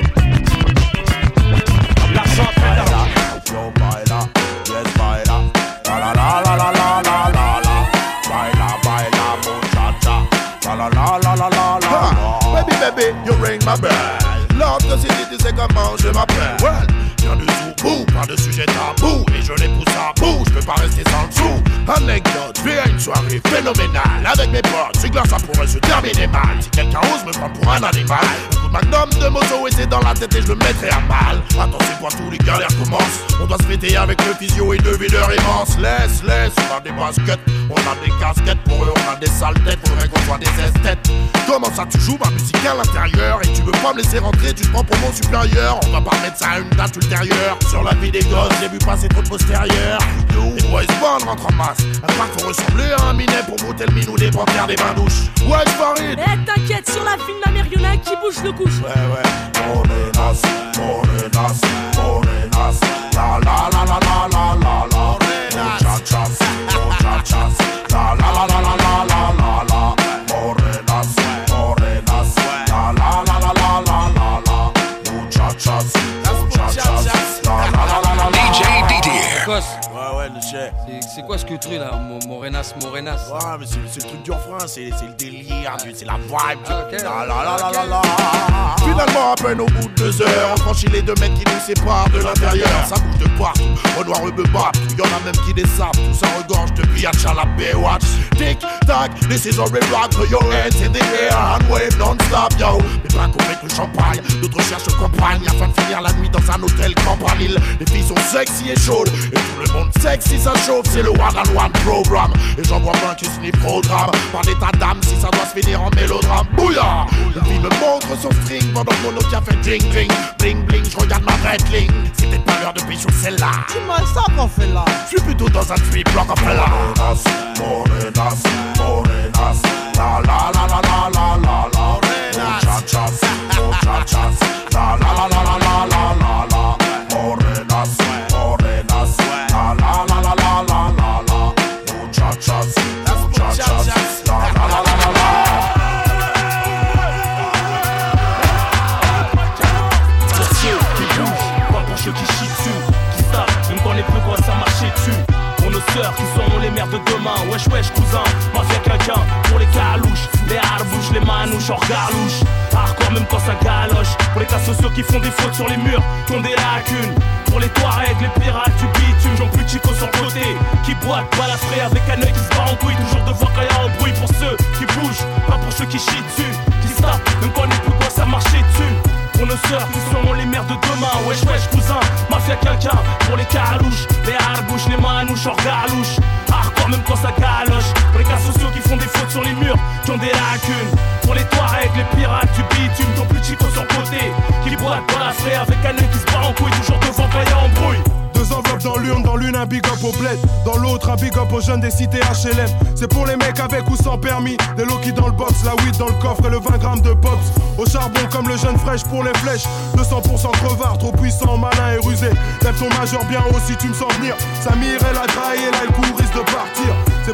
L'argent fait l'argent. Yo baila, yes baila, la la la la la la la la la, baila baila muchacha, la la la la la la la. Baby baby, you ring my bell. Love the city, tu sais comment je m'appelle. Well, viens du Zoubou, pas de sujet tabou. Et je les pousse à bout, je peux pas rester sans le sou. Anecdote, je vais à une soirée phénoménale avec mes potes, c'est glace, ça pourrait se terminer mal. Si quelqu'un ose me prendre pour un animal, un coup de magnum de moto et c'est dans la tête et je le mettrai à mal. Attends, c'est quoi tous les galères commencent. On doit se fêter avec le physio et deux videurs immenses. Laisse, laisse, on a des baskets, on a des casquettes. Pour eux on a des sales têtes, faudrait qu'on soit des esthètes. Comment ça tu joues ma musique à l'intérieur et tu veux pas me laisser rentrer, tu te prends pour mon supérieur. On va pas mettre ça à une date ultérieure. Sur la vie des gosses, j'ai vu passer trop de postérieurs. Les boys band rentrent en masse. Un parc faut ressembler à un minet pour goûter le minou des panthères des bains douches. Ouais, Farid. Eh t'inquiète, sur la film de la mère y'en a un qui bouge le couche. Ouais, ouais. Morenas, morenas, morenas. La la la la la la la la. Muchachas, muchachas. La la la la la la la la la. Morenas, morenas. La la la la la la la la. Muchachas, muchachas. La la la la la la. D J Didier. Ouais, ouais, le chef. C'est quoi ce que truc là, Morenas, Morenas? Ouais, mais c'est le truc du refrain, c'est le délire, c'est la vibe. Ah, okay. La la la la la la. Finalement, à peine au bout de deux heures, on franchit les deux mètres qui nous séparent de l'intérieur. Ça bouge de partout, au noir me bat. Y'en a même qui descendent, tout ça regorge de biatch à la Baywatch. Tic tac, this is a rip rock, throw your hands in the air and wave non-stop, yo. Mais pas qu'on met le champagne, d'autres cherchent campagne afin de finir la nuit dans un hôtel campanile. Les filles sont sexy et chaudes, et tout le monde sexy ça chauffe, c'est le one on one programme. Et j'en vois plein qui se n'y programme par des tas d'âmes si ça doit se finir en mélodrame. Bouya! La fille me montre son string pendant que mon Nokia fait ding ding. Bling bling, je regarde ma red ligne. C'est peut-être pas l'heure de pécho celle-là. Tu m'as ça qu'on fait là. Je suis plutôt dans un trip block en fait là. Morenas, morenas, morenas. La la la la la la la la. Muchachas, muchachas. La la la la la la la la la. Morenas, morenas. La la la la la la la la. Muchachas, muchachas. La la la la la la. Pour ceux qui bougent, pas pour ceux qui chient dessus, qui savent, même quand les plus gros ça marchait dessus. Pour nos sœurs qui seront les mères de demain. Wesh wesh cousin, moi c'est quelqu'un. Pour les calouches, les harbouches, les manouches en garlouche. Hardcore même quand ça galoche. Pour les cas sociaux qui font des fautes sur les murs, qui ont des lacunes. Pour les Touaregs, les pirates du bitume, j'en plus chico sur le côté. Qui boite, balafré avec un œil qui se bat en couille. Toujours devoir quand y'a un bruit pour ceux qui bougent, pas pour ceux qui chient dessus. Qui se tapent, même quand les plus quoi ça marchait dessus. Pour nos sœurs qui seront les mères de demain. Wesh wesh cousin, mafia quelqu'un. Pour les calouches, les harbouches, les manouches hors galouche. Hardcore même quand ça galoche. Pour les cas sociaux qui font des fautes sur les murs, qui ont des lacunes. Pour les Touaregs, les pirates du bitume, ton plus chico sur le côté. Qui boite balafré avec un œil qui se bat en couille. Toujours devant quand y'a en brouille. Deux enveloppes dans l'urne, dans l'une un big up au bled, dans l'autre un big up aux jeunes des cités H L M. C'est pour les mecs avec ou sans permis, des low qui dans le box, la weed dans le coffre et le vingt grammes de pops. Au charbon comme le jeune fraîche pour les flèches, deux cents pour cent crevard, trop puissant, malin et rusé. Lève ton majeur bien haut si tu me sens venir, Samir et la graille et là le coup risque de partir. C'est pour les meufs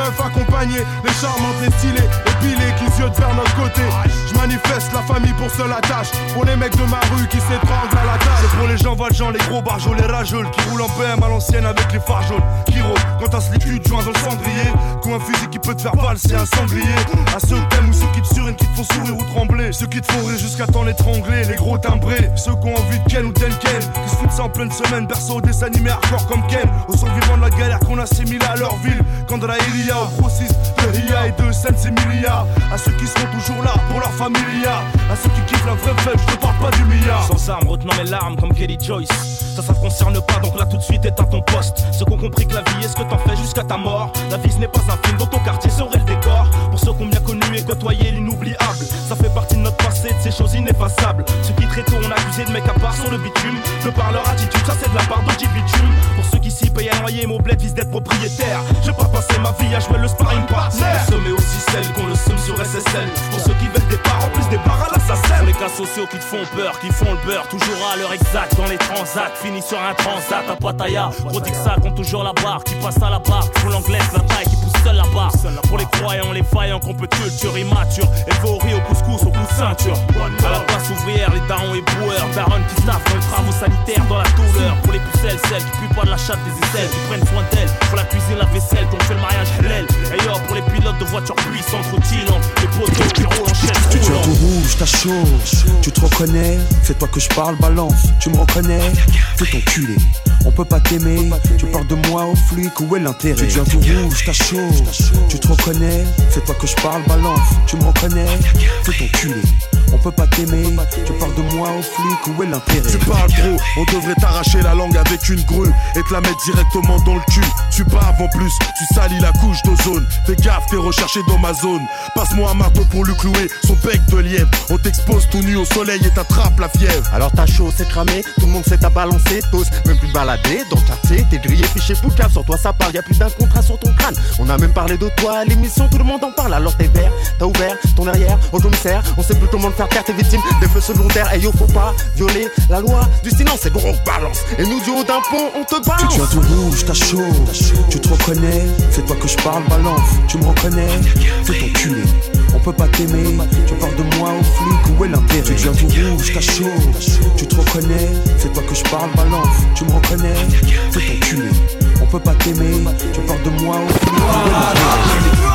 meufs accompagnées, les charmantes, les stylées, épilées qui ziotent vers notre côté. Je manifeste la famille pour seule attache. Pour les mecs de ma rue qui s'étranglent à la tâche. C'est pour les gens valjean, les gros barjols, les rageuls qui roulent en B M à l'ancienne avec les phares jaunes. Qui rôdent quand t'as ce liquide joint dans le cendrier. Qu'un un fusil qui peut te faire valser un sanglier. À ceux que t'aimes ou ceux qui te surinent, qui te font sourire ou trembler. Ceux qui te font rire jusqu'à t'en étrangler. Les gros timbrés, ceux qui ont envie de Ken ou Tenken. Qui se foutent ça en pleine semaine, berceau des animés hardcore comme Ken. Aux survivants de la galère qu'on assimile à leur ville. Quand de la Ilia, au grossiste de Ria et de Sensimilia. À ceux qui seront toujours là pour leur familia. À ceux qui kiffent la vraie fête, je te parle pas du milliard. Sans armes, retenant mes larmes comme Kelly Joyce. Ça, ça te concerne pas, donc là tout de suite éteins ton poste. Ceux qui ont compris que la vie est ce que t'en fais jusqu'à ta mort. La vie ce n'est pas un film, dans ton quartier serait le décor. Pour ceux qui ont bien connu et côtoyé l'inoubliable. Ça fait partie de notre passé, de ces choses ineffaçables. Ceux qui très tôt ont accusé de mecs à part sur le bitume. De par leur attitude, ça c'est de la part de bitume. Pour ceux qui s'y payent à noyer, mon bled vise d'être propriétaire. J'ai pas passé ma vie à jouer le sparring partner. Pour mais aussi celles qu'on le somme sur S S L. Pour ceux qui veulent des parts, en plus des parts à l'assassin. Les cas sociaux qui te font peur, qui font le beurre. Toujours à l'heure exacte dans les transats. Fini sur un transat à Pattaya. Gros que ça compte toujours la barre. Qui passe à la barre, qui font l'anglaise, la taille, qui pousse seul la barre. Pour les croyants, les faillants, qu'on peut culture immature. Élevé au riz, au couscous, au coup de ceinture. À la place ouvrière, les darons et boueurs. Daronnes qui staffent dans les travaux sanitaires, dans la douleur. Pour les pucelles, celles qui puent pas de la chatte des aisselles. Qui prennent soin d'elles. Pour la cuisine, la vaisselle, qu'on fait le mariage halal. Et yo, pour les pilotes de voitures puissantes, rutilantes. Les poteaux qui roulent en chaise Tu tiens roulante. tout rouge, t'as chaud. Tu te reconnais, c'est toi que je parle, balance. Tu me reconnais, fais ton culé. On peut pas t'aimer, tu parles de moi au flic, où est l'intérêt? Tu tiens tout rouge, t'as chaud. Tu te reconnais, c'est toi que je parle, balance. Tu me reconnais, fais ton culé. On peut pas t'aimer, tu parles de moi au flic, où est l'intérêt? Tu parles gros, on devrait t'arracher la langue avec une grue et te la mettre directement dans le cul. Tu baves en plus, tu salis la couche d'ozone. Fais gaffe, t'es recherché dans ma zone. Passe-moi un marteau pour lui clouer son bec de lièvre. On t'expose tout nu au soleil et t'attrape la fièvre. Alors t'as chaud, c'est cramé, tout le monde sait t'as balancé, t'oses même plus balader dans le quartier, t'es grillé, fiché, poucave, sur toi ça parle, y'a plus d'un contrat sur ton crâne. On a même parlé de toi à l'émission, tout le monde en parle, alors t'es vert, t'as ouvert ton derrière au commissaire, on sait plus comment le faire taire, t'es victime des feux secondaires, et yo faut pas violer la loi du silence, c'est gros balance, et nous du haut d'un pont on te balance. Tu tiens tout rouge, t'as chaud, tu te reconnais, c'est toi que je parle, balance, tu me reconnais, fais ton culé. On peut pas t'aimer, tu parles de moi au flic, où est l'intérêt? Tu tiens tout rouge, t'as chaud, tu te reconnais, c'est toi que je parle, balance, tu me reconnais, fais ton culé. On peut pas t'aimer, tu parles de moi au flic, où est l'intérêt?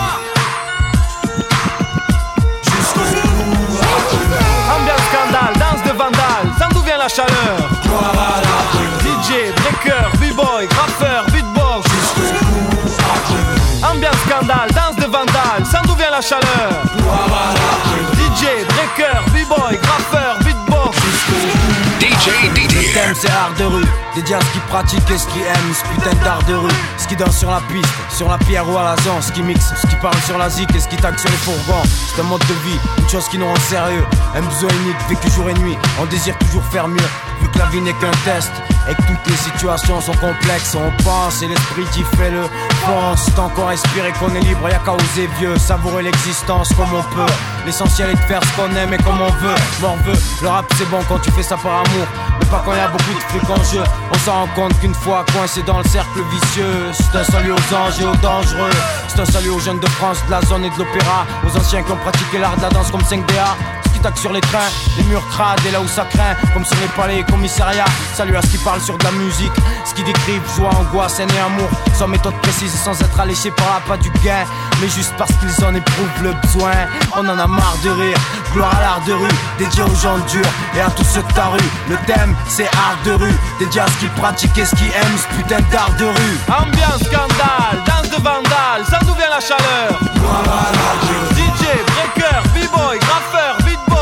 Ambiance scandale, danse de vandale, sans d'où vient la chaleur? D J, breaker, b-boy, graffeur, beatbox. Ambiance scandale, danse de vandale, sans d'où vient la chaleur? D J, breaker, b-boy, graffeur, beatbox. D J, D J. Le thème c'est art de rue, dédié à ce qui pratique et ce qui aime, ce putain d'art de rue. Ce qui danse sur la piste, sur la pierre ou à la zone, ce qui mixe, ce qui parle sur la zik et ce qui tague sur les fourgons. C'est un mode de vie, une chose qui nous rend sérieux. Un besoin unique, vécu jour et nuit, on désire toujours faire mieux. Vu que la vie n'est qu'un test et que toutes les situations sont complexes, on pense et l'esprit qui fait le pense. Tant qu'on respire et qu'on est libre, y'a qu'à oser vieux, savourer l'existence comme on peut. L'essentiel est de faire ce qu'on aime et comme on veut. Mort veut, le rap c'est bon quand tu fais ça par amour, mais pas quand y'a beaucoup de fric en jeu. On s'en rend compte qu'une fois coincé dans le cercle vicieux. C'est un salut aux anges et aux dangereux. C'est un salut aux jeunes de France, de la zone et de l'opéra. Aux anciens qui ont pratiqué l'art de la danse comme cinq D A. Tac sur les trains, les murs crades et là où ça craint, comme sur les palais et commissariats. Salut à ce qui parle sur de la musique, ce qui décrivent joie, angoisse, haine et amour, sans méthode précise et sans être alléché par la pas du gain, mais juste parce qu'ils en éprouvent le besoin. On en a marre de rire, gloire à l'art de rue, dédié aux gens durs et à tous ceux de ta rue. Le thème c'est art de rue, dédié à ce qui pratique et ce qui aime ce putain d'art de rue. Ambiance scandale, danse de vandale, sans d'où vient la chaleur? D J, breaker, b-boy, graffeur, beatbox.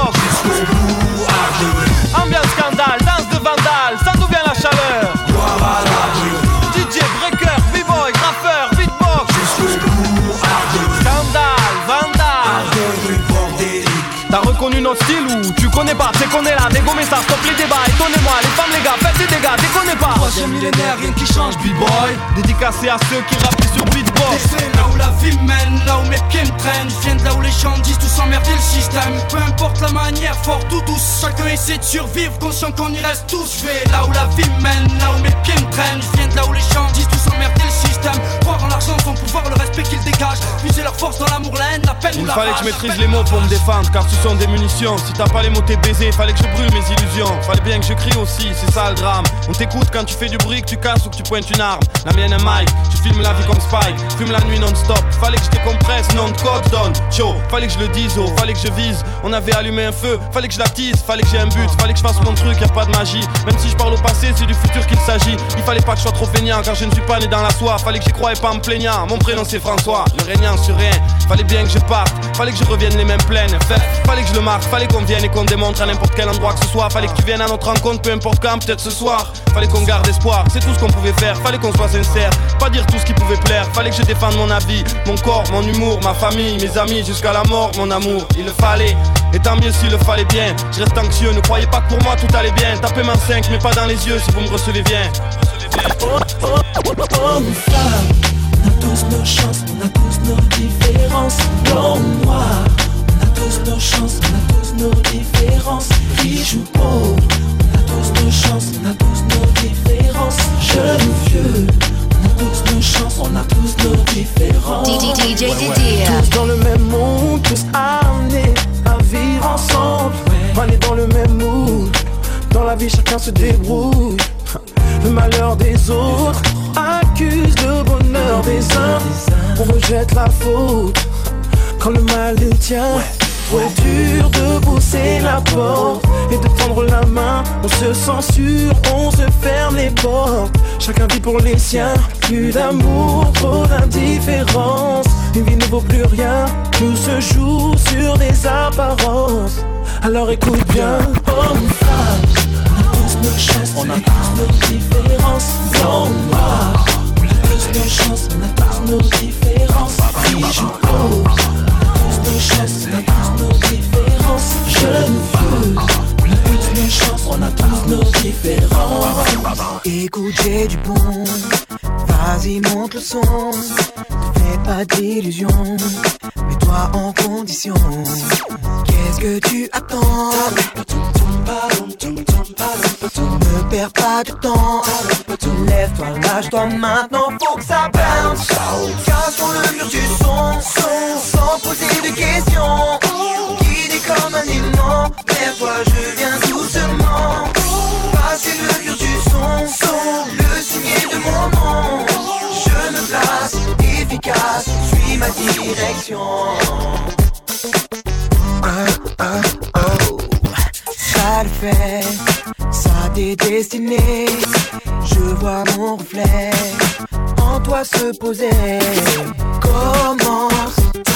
Ambiance scandale, danse de vandale, sans d'où vient la chaleur? D J, breaker, b-boy, graffeur, beatbox. Scandale, vandale. T'as reconnu notre style ou tu connais pas? C'est qu'on est là, dégommez ça, stop les débats, étonnez-moi, les femmes, les gars, faites des dégâts, déconnez pas. Troisième millénaire, rien qui change, b-boy. Dédicacé à ceux qui rappent sur beatbox. C'est là où la vie mène, là où mes pieds me traînent. Je viens de là où les gens disent tous emmerder le système. Peu importe la manière, fort ou douce, chacun essaie de survivre, conscient qu'on y reste tous. Je vais là où la vie mène, là où mes pieds me traînent. Je viens de là où les gens disent tous emmerder le système. Croire en l'argent, son pouvoir, le respect qu'il dégage. force dans l'amour, la haine, la peine ou Il la fallait rage. que je maîtrise les mots pour me défendre, car ce sont des munitions. Si t'as pas les mots t'es baisé, fallait que je brûle mes illusions. Fallait bien que je crie aussi, c'est ça le drame. On t'écoute quand tu fais du bruit, que tu casses ou que tu pointes une arme. La mienne est Mike, tu filmes la vie comme Spike. Fume la nuit non-stop, fallait que je décompresse, non de code donne. Chaud, fallait que je le dise, oh, fallait que je vise. On avait allumé un feu, fallait que je l'attise, fallait que j'ai un but, fallait que je fasse mon truc, y a pas de magie. Même si je parle au passé, c'est du futur qu'il s'agit. Il fallait pas que je sois trop feignant, car je ne suis pas né dans la soie. Fallait que j'y croie et pas en me plaignant. Mon prénom c'est François, le régnant sur rien. Fallait bien que je parte, fallait que je revienne les mains pleines. Fait, fallait que je le marque, fallait qu'on vienne et qu'on démontre à n'importe quel endroit que ce soit. Fallait que tu viennes à notre rencontre, peu importe quand, peut-être ce soir. Fallait qu'on garde espoir, c'est tout ce qu'on pouvait faire. Fallait qu'on soit sincère, pas dire tout ce qui pouvait plaire. Fallait que je défende mon avis, mon corps, mon humour, ma famille, mes amis, jusqu'à la mort, mon amour. Il le fallait, et tant mieux s'il le fallait bien. Je reste anxieux, ne croyez pas que pour moi tout allait bien. Tapez ma cinq, mais pas dans les yeux si vous me recevez bien. Homme ou femme, on a tous nos chances, on a tous nos différences. Blanc ou noir, on a tous nos chances, on a tous nos différences. Riche ou pauvre, on a tous nos chances, on a tous nos différences. Jeune ou vieux, on a tous nos chances, on a tous nos différences. D J Didier. Tous dans le même monde, tous amenés à vivre ensemble. On est dans le même mood, dans la vie chacun se débrouille. Le malheur des autres accuse le bonheur des uns. On rejette la faute quand le mal les tient. Trop dur de pousser la porte et de tendre la main. On se censure, on se ferme les portes. Chacun vit pour les siens. Plus d'amour, trop d'indifférence. Une vie ne vaut plus rien. Tout se joue sur des apparences. Alors écoute bien, homme ou femme, nos chances, on a tous nos différences. Blanc ou noir, on a tous nos chances, on a tous nos différences. Riche ou pauvre, on a tous nos chances, on a tous nos différences. Jeune ou vieux, on a tous nos chances, on a tous nos différences. Écoute, j'ai du bon, vas-y monte le son. Ne fais pas d'illusions, mets-toi en condition. Qu'est-ce que tu attends? Ne perds pas de temps. Lève-toi, lâche-toi maintenant, faut que ça bounce. Cassons le mur du son, son, sans poser de questions. Guidé comme un aimant, vers toi je viens doucement. Passer le mur du son, son, le signer de mon nom. Je me place, efficace, suis ma direction. Oh, oh, oh. Ça le fait, ça t'est destiné. Je vois mon reflet en toi se poser. Commence,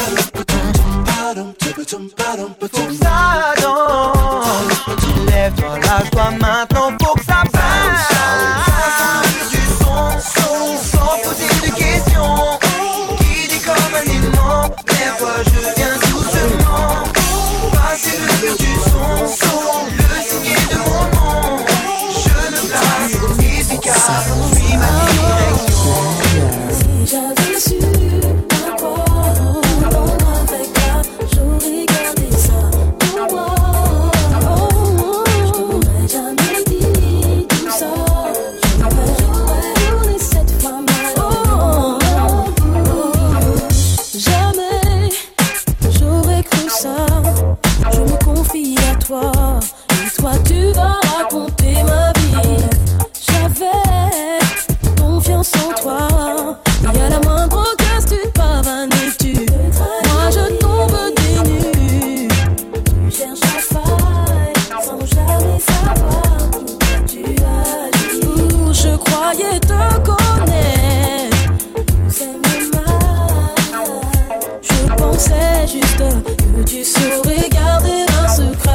faut que ça danse. Lève-toi, lâche-toi maintenant, faut que ça passe. Du son, son, sans poser de questions. Guidé comme un aimant, vers toi je viens doucement. Passer le mur du son, son, le signer de mon nom. Je me place, efficace, suis ma direction. Si j'avais su à quoi répondre avec toi, j'aurais gardé ça pour moi. Je t'aurais jamais dit tout ça. J'aurais, j'aurais tourné cette femme. Oh, oh, oh. Jamais j'aurais cru ça. Je me confie à toi, et toi tu vas raconter ma vie. J'avais confiance en toi, et à la moindre occasion tu pavanes et tu. Moi je tombe des nues. Tu cherches la faille, sans jamais savoir où tu as dit. Je croyais te connaître, c'est mal. Je pensais juste que tu saurais garder un secret.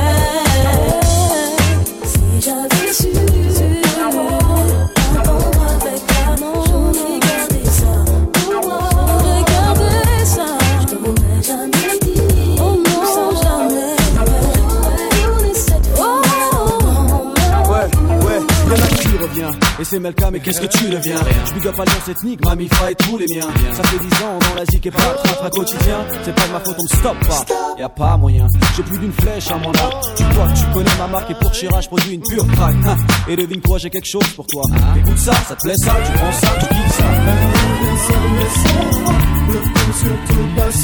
Si j'avais su attendre avec toi, non, j'aurais gardé ça pour moi. J'aurais gardé ça, je t'aurais jamais dit. Oh non, sans jamais. J'aurais tourné cette fois. Ouais, ouais, y'en a qui revient. Et c'est Melka, mais qu'est-ce que tu deviens? Je big up Alliance ethnique, Mamie Fa et tous les miens. Ça fait dix ans dans la zik et pas train un quotidien. C'est pas de ma faute, on me stoppe pas. Y'a pas moyen, j'ai plus d'une flèche à mon arc. Tu crois que tu connais ma marque et pour Chira, je produis une pure crack. Hein. Et devine quoi, j'ai quelque chose pour toi. Écoute ça, ça te plaît ça, tu prends ça, tu kiffes ça. Le temps sur tout passé.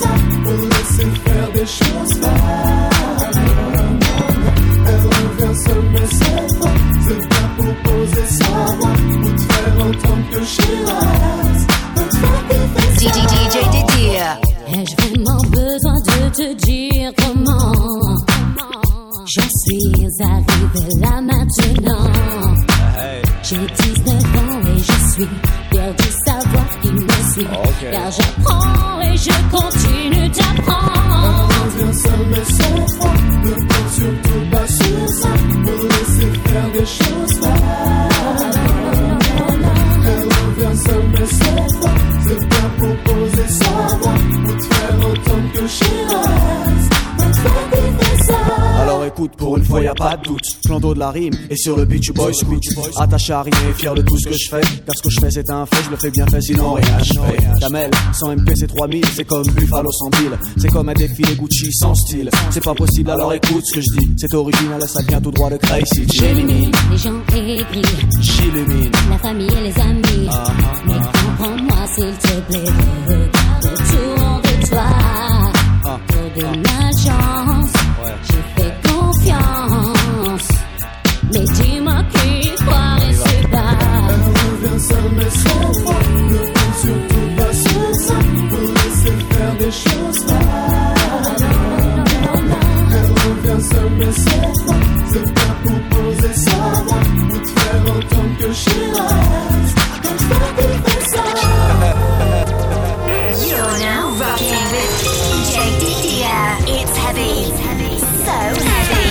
ça, pour laisser faire des choses folles. Elle revient seule mais c'est fort, c'est bien pour poser sa voix, pour te faire entendre que Shiraz peut te faire kiffer ça. D J Didier. Ai-je vraiment besoin de te dire comment j'en suis arrivé là maintenant? J'ai dix-neuf ans et je suis perdu savoir qui me suit. Okay. Car j'apprends et je continue d'apprendre. Elle revient seule mais c'est fort, ne compte surtout pas sur ça, pour laisser faire des choses folles. Elle revient seule mais c'est fort, c'est bien pour poser sa voix, pour te faire entendre que Shiraz peut te faire kiffer ça. Alors écoute, pour une fois y'a pas de doute, Clando de la rime, et sur le beat tu boy scout. Attaché à rien et fier de tout ce que je fais, car ce que je fais c'est un fait, je le fais bien fait sinon rien je fais. Kamel, sans M P c'est trois mille, c'est comme Buffalo sans bill, c'est comme un défilé Gucci sans style. C'est pas possible alors écoute ce que je dis, c'est original et ça vient tout droit de Crazy. J'élimine les gens aigris, j'illumine la famille et les amis. Ah, ah, mais comprends-moi s'il te plaît, regarde autour de toi. Ah, pour de ma chance, ouais. J'ai fait confiance, mais dis-moi qui croire et se bat. Elle revient seule mais sans foi, ne compte surtout pas sur ça, pour laisser faire des choses folles. Elle revient seule mais sans foi, c'est bien pour poser sa voix, pour te faire entendre que Shiraz peut te faire kiffer ça. You're now rocking with D J Didier. It's heavy, it's heavy, so heavy.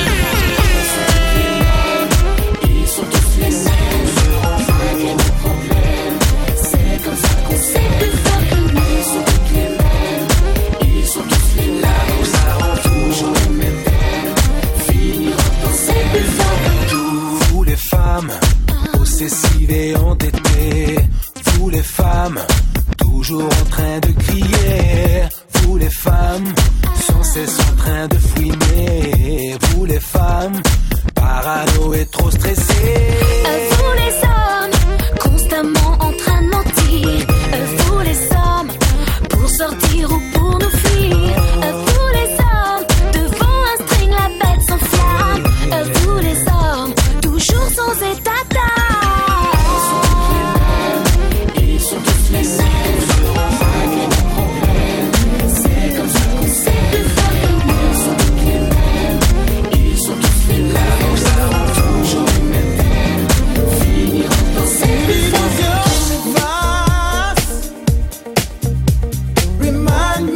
Ils sont tous les mêmes, avec nos problèmes. C'est comme ça qu'on sait plus fort que nous. Ils sont tous les mêmes, ils sont tous les mêmes. Nous avons toujours les mêmes thèmes, finiront dans c'est plus fort que nous. Vous les femmes, possessives et endettées. Vous les femmes, toujours en train de crier. Vous les femmes, sans cesse en train de fouiner. Vous les femmes, parano et trop stressées. Vous les hommes, constamment en train de mentir. Vous les hommes, pour sortir ou pour nous fuir. Vous les hommes, devant un string la bête s'enflamme. Vous les hommes, toujours sans état d'âme. Ils sont tous les mêmes, avec nos problèmes. C'est comme ça qu'on sait plus fort que nous. Ils sont tous les mêmes, ils sont tous les mêmes. Nous avons toujours les mêmes thèmes, finiront dans c'est plus fort que nous. Remind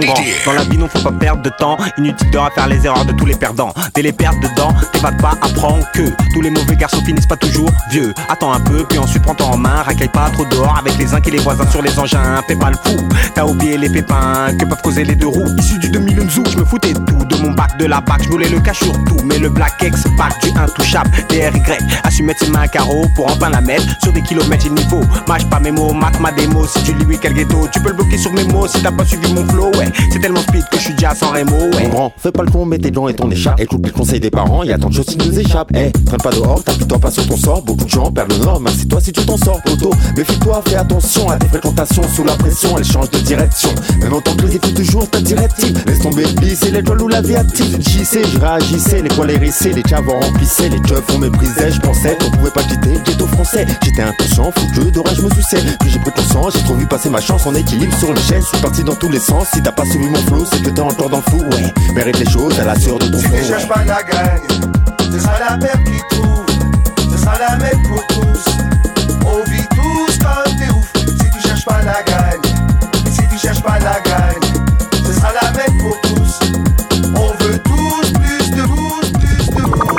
grand. Dans la vie, non, faut pas perdre de temps. Inutile de refaire les erreurs de tous les perdants. Dès les pertes dedans, t'évades pas, apprends que tous les mauvais garçons finissent pas toujours vieux. Attends un peu, puis ensuite prends-toi en main. Racaille pas trop dehors avec les uns et les voisins sur les engins. Fais pas le fou, t'as oublié les pépins que peuvent causer les deux roues. Issu du deux mille onze, je me foutais tout. De mon bac, de la bac, je voulais le cash sur tout. Mais le Black X, bac du intouchable, D R Y. A su mettre ses mains à carreau pour enfin la mettre sur des kilomètres, j'ai le niveau. Mâche pas mes mots, marque ma démo. Si tu lui quel ghetto, tu peux le bloquer sur mes mots. Si t'as pas suivi mon flow, ouais, c'est tellement speed que je suis déjà sans rémo, ouais. Mon grand, fais pas le con, mets tes dents et ton écharpe. Écoute les conseils des parents, y'a tant de choses qui nous échappent. Eh, hey, traîne pas dehors, t'appuie-toi pas sur ton sort. Beaucoup de gens perdent le nord, merci toi si tu t'en sors. Auto, méfie-toi, fais attention à tes fréquentations. Sous la pression, elles changent de direction. Même en tant que les écoutes toujours ta directive. Laisse tomber, c'est l'étoile ou la vie active. J'y sais, je réagissais, les poils hérissés, les chavons remplissaient, les keufs on méprisait. Je pensais qu'on pouvait pas quitter le ghetto français. J'étais inconscient, fou de jeu d'orage, je me souciais. Puis j'ai pris conscience, j'ai trop vu passer ma chance en équilibre sur une chaise. Je suis parti dans tous les sens. Si t'as pas suivi mon flow, c'est que t'es encore dans le flou, ouais. Mérite les choses à la sueur de ton Si front. tu cherches pas la gagne, ce sera la perte qui trouve. Ce sera la même pour tous. On vit tous comme des ouf. Si tu cherches pas la gagne, si tu cherches pas la gagne, ce sera la même pour tous. On veut tous plus de vous, plus de vous.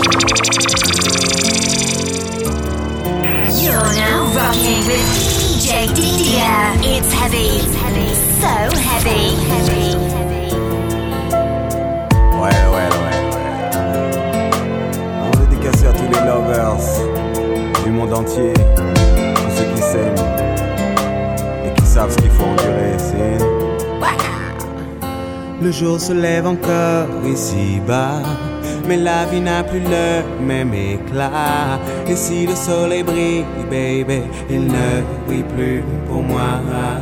You're now rocking with D J Didier. It's heavy, it's heavy, so heavy, heavy. Ouais, ouais, ouais, ouais. On veut dédicacer à tous les lovers du monde entier, tous ceux qui s'aiment et qui savent ce qu'il faut endurer. C'est une... Le jour se lève encore ici-bas, mais la vie n'a plus le même éclat. Et si le soleil brille, baby, il ne brille plus pour moi.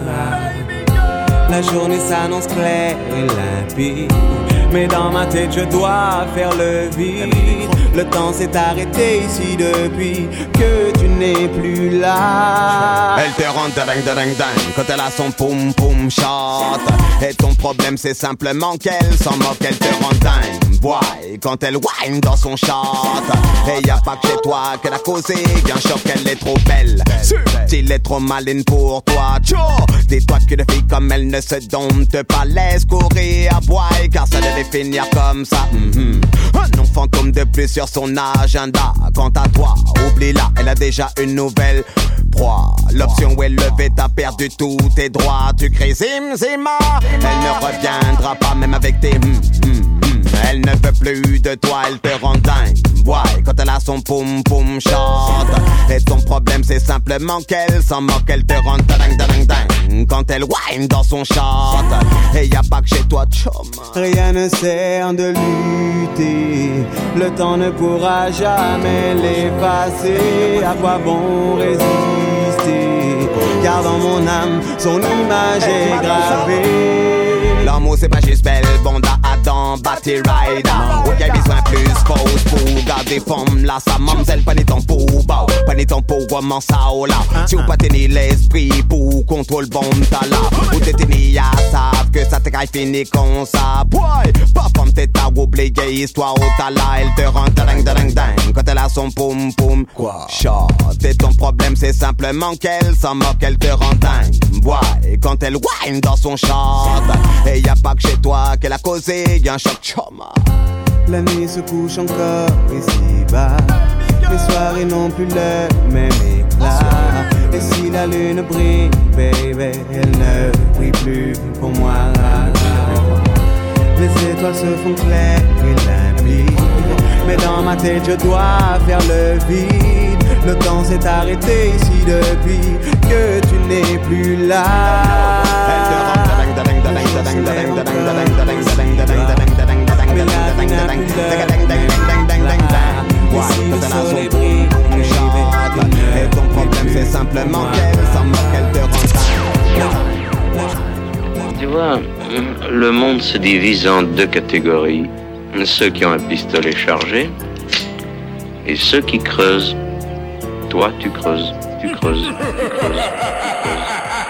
La journée s'annonce claire et limpide, mais dans ma tête je dois faire le vide. Le temps s'est arrêté ici depuis que tu n'es plus là. Elle te rend dingue dingue dingue quand elle a son poum poum shot. Et ton problème c'est simplement qu'elle s'en moque, elle te rend dingue. Boy, quand elle whine dans son shot. Et y a pas que chez toi qu'elle a causé un choc, elle est trop belle. S'il est trop maline pour toi, tcho. Dis-toi qu'une fille comme elle ne se dompte pas, laisse courir à boy, car ça devait finir comme ça. Mm-hmm. Un nom fantôme de plus sur son agenda. Quant à toi, oublie-la, elle a déjà une nouvelle proie. L'option où elle levait, t'as perdu tous tes droits. Tu cries zim zima, elle ne reviendra pas même avec tes hum hum hum. Elle ne veut plus de toi, elle te rend dingue. Ouais, quand elle a son poum poum shot. Et ton problème c'est simplement qu'elle s'en moque, elle te rend dingue dingue dingue quand elle whine dans son shot. Et y a pas que chez toi, chum. Rien ne sert de lutter, le temps ne pourra jamais l'effacer. À quoi bon résister? Car dans mon âme, son image est gravée. L'amour c'est pas juste belle, bonda, Adam, Batty Rider. Ok, besoin plus fausse pour garder forme là, sa mamzelle, pas ni ton pour bao, pas ni ton pour comment ça oh là. Si ou pas tenir l'esprit pour contrôle bon t'as là. Ou t'es tenu à savent que ça te caille fini comme ça. Boy, pas femme t'es ta oublié histoire au t'as là. Elle te rend dingue dingue dingue quand elle a son poum poum shot. Et ton problème c'est simplement qu'elle s'en moque, elle te rend dingue. Boy, quand elle whine dans son shot. Et y a pas que chez toi qu'elle a causé, y'a un choc choma. La nuit se couche encore ici-bas, les soirées n'ont plus le même éclat. Et si la lune brille, baby, elle ne brille plus pour moi. Les étoiles se font claires et limpides, mais dans ma tête je dois faire le vide. Le temps s'est arrêté ici depuis que tu n'es plus là. Et ton problème c'est simplement qu'elle s'en moque, elle te rend. Tu vois, le monde se divise en deux catégories. Ceux qui ont un pistolet chargé et ceux qui creusent. Toi tu creuses, tu creuses, tu creuses, tu creuses.